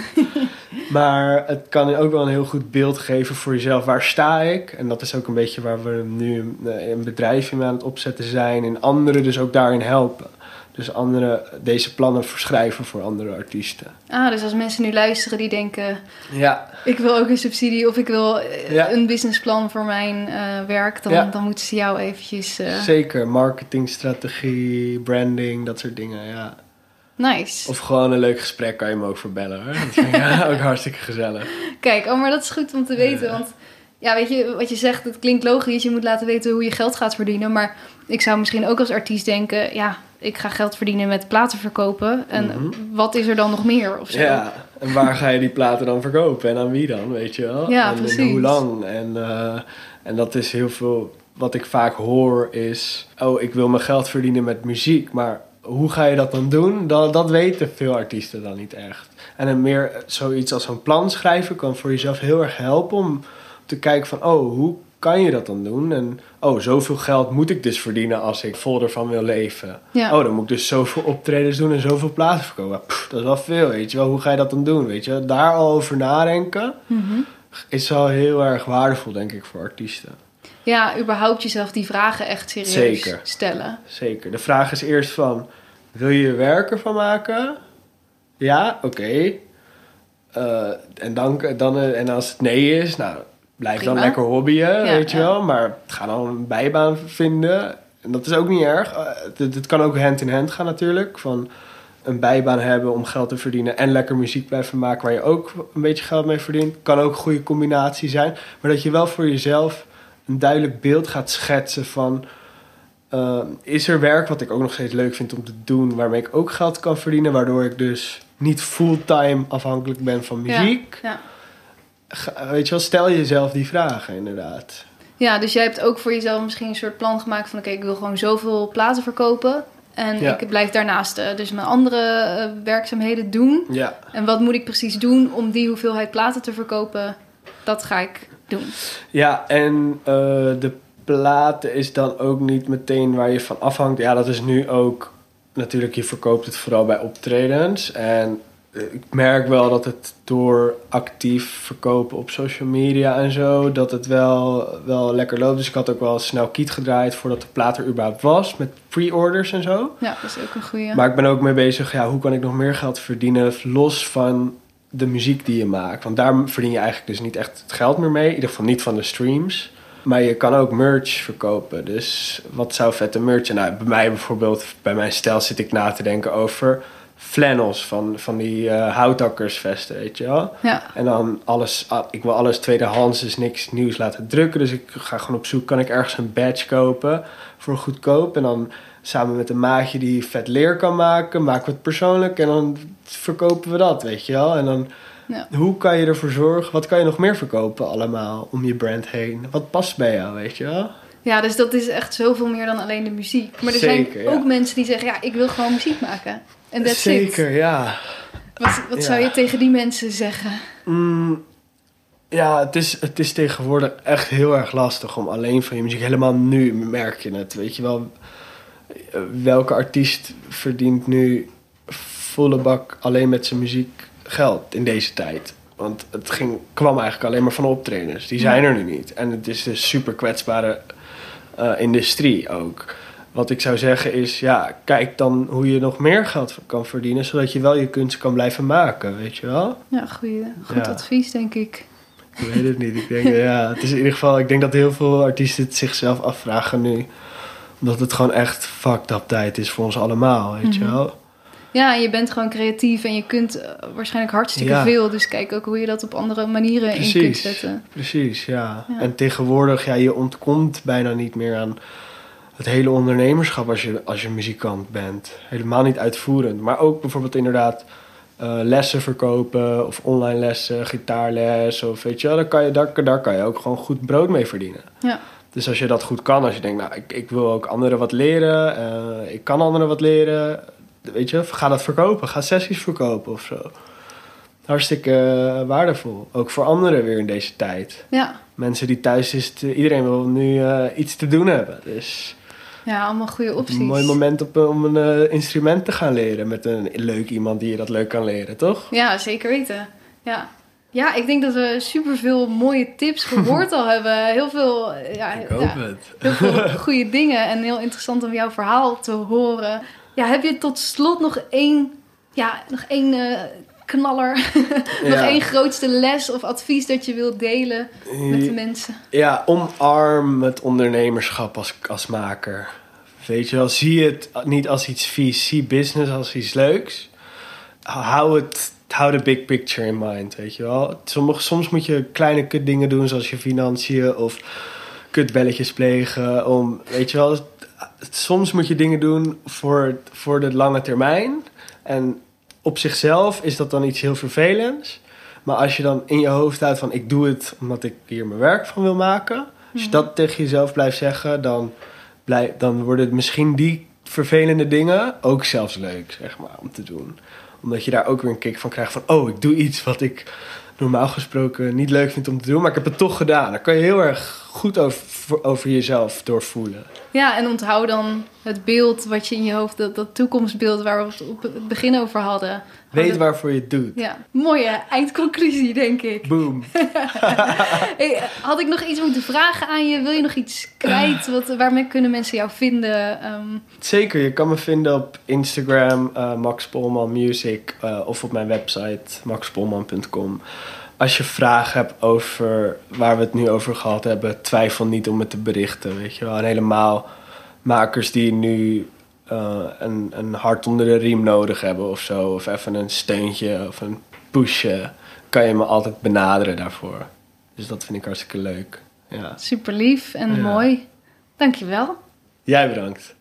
Maar het kan ook wel een heel goed beeld geven voor jezelf. Waar sta ik? En dat is ook een beetje waar we nu een bedrijfje mee aan het opzetten zijn. En anderen dus ook daarin helpen. Dus anderen deze plannen verschrijven voor andere artiesten. Ah, dus als mensen nu luisteren die denken... Ja. Ik wil ook een subsidie of ik wil ja. een businessplan voor mijn uh, werk. Dan, ja. dan moeten ze jou eventjes... Uh... Zeker, marketingstrategie, branding, dat soort dingen, ja. Nice. Of gewoon een leuk gesprek kan je me ook verbellen, hoor. Dat vind ik ook hartstikke gezellig. Kijk, oh, maar dat is goed om te weten, ja. want... Ja, weet je, wat je zegt, het klinkt logisch. Je moet laten weten hoe je geld gaat verdienen. Maar ik zou misschien ook als artiest denken... Ja, ik ga geld verdienen met platen verkopen. En mm-hmm. wat is er dan nog meer? Of zo? Ja, en waar ga je die platen dan verkopen? En aan wie dan, weet je wel? Ja, en, precies. En hoe lang? En, uh, en dat is heel veel... Wat ik vaak hoor is... Oh, ik wil mijn geld verdienen met muziek. Maar hoe ga je dat dan doen? Dat, dat weten veel artiesten dan niet echt. En een meer zoiets als een plan schrijven... kan voor jezelf heel erg helpen om... te kijken van, oh, hoe kan je dat dan doen? En, oh, zoveel geld moet ik dus verdienen als ik vol ervan wil leven. Ja. Oh, dan moet ik dus zoveel optredens doen en zoveel platen verkopen. Pff, dat is wel veel, weet je wel. Hoe ga je dat dan doen, weet je? Daar al over nadenken mm-hmm. is wel heel erg waardevol, denk ik, voor artiesten. Ja, überhaupt jezelf die vragen echt serieus Zeker. stellen. Zeker. De vraag is eerst van, wil je je werk ervan maken? Ja, oké. Okay. Uh, en, dan, dan, en als het nee is, nou... Blijf Prima. dan lekker hobbyen, ja, weet je ja. wel. Maar ga dan een bijbaan vinden. En dat is ook niet erg. Het, het kan ook hand in hand gaan natuurlijk. Van een bijbaan hebben om geld te verdienen... en lekker muziek blijven maken waar je ook een beetje geld mee verdient. Kan ook een goede combinatie zijn. Maar dat je wel voor jezelf een duidelijk beeld gaat schetsen van... Uh, is er werk wat ik ook nog steeds leuk vind om te doen... waarmee ik ook geld kan verdienen... waardoor ik dus niet fulltime afhankelijk ben van muziek... Ja, ja. Weet je wel, stel jezelf die vragen inderdaad. Ja, dus jij hebt ook voor jezelf misschien een soort plan gemaakt van... oké, okay, ik wil gewoon zoveel platen verkopen... en ja. ik blijf daarnaast uh, dus mijn andere uh, werkzaamheden doen. Ja. En wat moet ik precies doen om die hoeveelheid platen te verkopen? Dat ga ik doen. Ja, en uh, de platen is dan ook niet meteen waar je van afhangt. Ja, dat is nu ook... Natuurlijk, je verkoopt het vooral bij optredens en... Ik merk wel dat het door actief verkopen op social media en zo... dat het wel, wel lekker loopt. Dus ik had ook wel snel Kiet gedraaid voordat de plaat er überhaupt was. Met pre-orders en zo. Ja, dat is ook een goeie. Maar ik ben ook mee bezig, ja, hoe kan ik nog meer geld verdienen... los van de muziek die je maakt. Want daar verdien je eigenlijk dus niet echt het geld meer mee. In ieder geval niet van de streams. Maar je kan ook merch verkopen. Dus wat zou vette merch... Nou, bij mij bijvoorbeeld, bij mijn stijl zit ik na te denken over... flannels van, van die uh, houthakkersvesten, weet je wel. Ja. En dan alles, ik wil alles tweedehands, dus niks nieuws laten drukken. Dus ik ga gewoon op zoek, kan ik ergens een badge kopen voor goedkoop. En dan samen met een maatje die vet leer kan maken, maken we het persoonlijk en dan verkopen we dat, weet je wel. En dan, ja. Hoe kan je ervoor zorgen, wat kan je nog meer verkopen allemaal om je brand heen? Wat past bij jou, weet je wel? Ja, dus dat is echt zoveel meer dan alleen de muziek. Maar er Zeker, zijn ook ja. mensen die zeggen, ja, ik wil gewoon muziek maken. En that's Zeker, it. Zeker, ja. Wat, wat ja. zou je tegen die mensen zeggen? Mm, ja, het is, het is tegenwoordig echt heel erg lastig om alleen van je muziek... Helemaal nu merk je het, weet je wel. Welke artiest verdient nu volle bak alleen met zijn muziek geld in deze tijd? Want het ging, kwam eigenlijk alleen maar van optredens. Die zijn er nu niet. En het is een super kwetsbare uh, industrie ook. Wat ik zou zeggen is, ja, kijk dan hoe je nog meer geld kan verdienen... zodat je wel je kunst kan blijven maken, weet je wel? Ja, goeie, goed ja. advies, denk ik. Ik weet het niet. Ik denk, ja, het is in ieder geval... Ik denk dat heel veel artiesten het zichzelf afvragen nu. Omdat het gewoon echt fucked up tijd is voor ons allemaal, weet mm-hmm. je wel? Ja, en je bent gewoon creatief en je kunt uh, waarschijnlijk hartstikke ja. veel. Dus kijk ook hoe je dat op andere manieren precies, in kunt zetten. Precies, ja. ja. En tegenwoordig, ja, je ontkomt bijna niet meer aan het hele ondernemerschap als je, als je muzikant bent. Helemaal niet uitvoerend. Maar ook bijvoorbeeld inderdaad uh, lessen verkopen of online lessen, gitaarles of weet je wel. Daar kan je, daar, daar kan je ook gewoon goed brood mee verdienen. Ja. Dus als je dat goed kan, als je denkt, nou, ik, ik wil ook anderen wat leren. Uh, ik kan anderen wat leren. Weet je, ga dat verkopen. Ga sessies verkopen of zo. Hartstikke uh, waardevol. Ook voor anderen weer in deze tijd. Ja. Mensen die thuis is, te, iedereen wil nu uh, iets te doen hebben. Dus ja, allemaal goede opties. Een mooi moment op, om een uh, instrument te gaan leren. Met een leuk iemand die je dat leuk kan leren, toch? Ja, zeker weten. Ja. Ja, ik denk dat we superveel mooie tips gehoord al hebben. Heel veel, ja, ik hoop ja, het. Heel veel goede dingen. En heel interessant om jouw verhaal te horen. Ja, heb je tot slot nog één, ja, nog één uh, knaller, ja. nog één grootste les of advies dat je wilt delen met de mensen? Ja, omarm het ondernemerschap als, als maker. Weet je wel, zie het niet als iets vies, zie business als iets leuks. Hou het, hou de big picture in mind, weet je wel. Soms, soms moet je kleine kut dingen doen, zoals je financiën of kutbelletjes plegen, om, weet je wel. Soms moet je dingen doen voor, voor de lange termijn. En op zichzelf is dat dan iets heel vervelends. Maar als je dan in je hoofd houdt van, ik doe het omdat ik hier mijn werk van wil maken. Als je mm-hmm. dat tegen jezelf blijft zeggen, dan, blijf, dan worden het misschien die vervelende dingen ook zelfs leuk, zeg maar, om te doen. Omdat je daar ook weer een kick van krijgt van, oh, ik doe iets wat ik normaal gesproken niet leuk vind om te doen, maar ik heb het toch gedaan. Dan kan je heel erg goed over, over jezelf doorvoelen. Ja, en onthoud dan het beeld wat je in je hoofd, dat, dat toekomstbeeld waar we het op het begin over hadden. Weet hadden... waarvoor je het doet. Ja, mooie eindconclusie, denk ik. Boom. Hey, had ik nog iets moeten vragen aan je? Wil je nog iets kwijt? Wat, waarmee kunnen mensen jou vinden? Um... Zeker, je kan me vinden op Instagram, uh, Max Polman Music, uh, of op mijn website, max polman punt com. Als je vragen hebt over waar we het nu over gehad hebben, twijfel niet om het te berichten, weet je wel. En helemaal makers die nu uh, een, een hart onder de riem nodig hebben of zo, of even een steuntje of een pushje, kan je me altijd benaderen daarvoor. Dus dat vind ik hartstikke leuk. Ja. Super lief en ja. mooi. Dankjewel. Jij bedankt.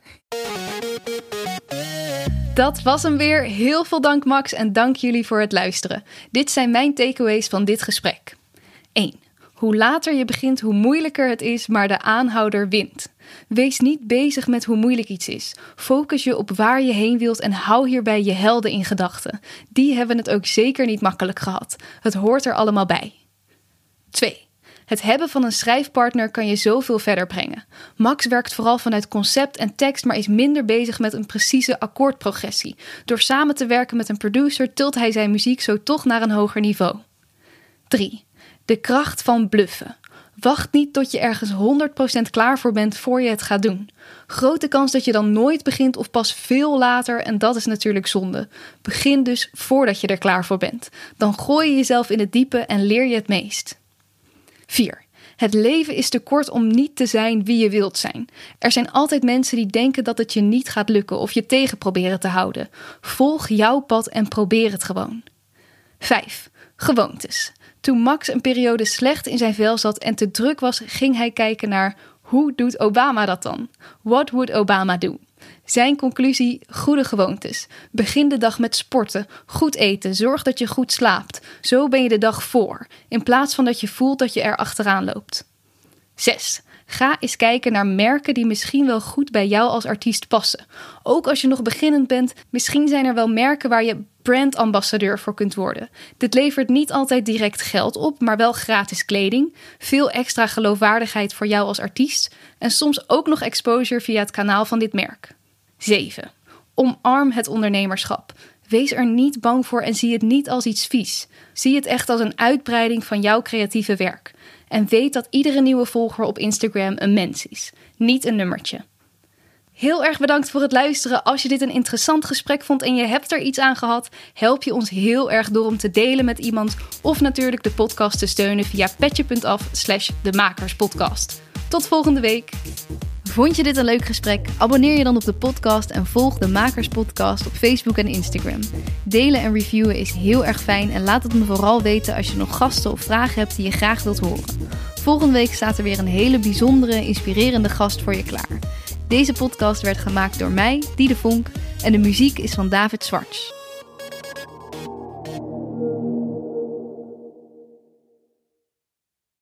Dat was hem weer. Heel veel dank Max en dank jullie voor het luisteren. Dit zijn mijn takeaways van dit gesprek. één. Hoe later je begint, hoe moeilijker het is, maar de aanhouder wint. Wees niet bezig met hoe moeilijk iets is. Focus je op waar je heen wilt en hou hierbij je helden in gedachten. Die hebben het ook zeker niet makkelijk gehad. Het hoort er allemaal bij. twee. Het hebben van een schrijfpartner kan je zoveel verder brengen. Max werkt vooral vanuit concept en tekst, maar is minder bezig met een precieze akkoordprogressie. Door samen te werken met een producer tilt hij zijn muziek zo toch naar een hoger niveau. drie. De kracht van bluffen. Wacht niet tot je ergens honderd procent klaar voor bent voor je het gaat doen. Grote kans dat je dan nooit begint of pas veel later en dat is natuurlijk zonde. Begin dus voordat je er klaar voor bent. Dan gooi je jezelf in het diepe en leer je het meest. vier. Het leven is te kort om niet te zijn wie je wilt zijn. Er zijn altijd mensen die denken dat het je niet gaat lukken of je tegen proberen te houden. Volg jouw pad en probeer het gewoon. vijf. Gewoontes. Toen Max een periode slecht in zijn vel zat en te druk was, ging hij kijken naar: hoe doet Obama dat dan? What would Obama do? Zijn conclusie: goede gewoontes. Begin de dag met sporten, goed eten, zorg dat je goed slaapt. Zo ben je de dag voor, in plaats van dat je voelt dat je er achteraan loopt. zes. Ga eens kijken naar merken die misschien wel goed bij jou als artiest passen. Ook als je nog beginnend bent, misschien zijn er wel merken waar je brandambassadeur voor kunt worden. Dit levert niet altijd direct geld op, maar wel gratis kleding, veel extra geloofwaardigheid voor jou als artiest en soms ook nog exposure via het kanaal van dit merk. zeven. Omarm het ondernemerschap. Wees er niet bang voor en zie het niet als iets vies. Zie het echt als een uitbreiding van jouw creatieve werk. En weet dat iedere nieuwe volger op Instagram een mens is, niet een nummertje. Heel erg bedankt voor het luisteren. Als je dit een interessant gesprek vond en je hebt er iets aan gehad, help je ons heel erg door om te delen met iemand of natuurlijk de podcast te steunen via petje.af slash de makerspodcast. Tot volgende week. Vond je dit een leuk gesprek? Abonneer je dan op de podcast en volg de Makers Podcast op Facebook en Instagram. Delen en reviewen is heel erg fijn en laat het me vooral weten als je nog gasten of vragen hebt die je graag wilt horen. Volgende week staat er weer een hele bijzondere, inspirerende gast voor je klaar. Deze podcast werd gemaakt door mij, Diede Vonk, en de muziek is van David Zwarts.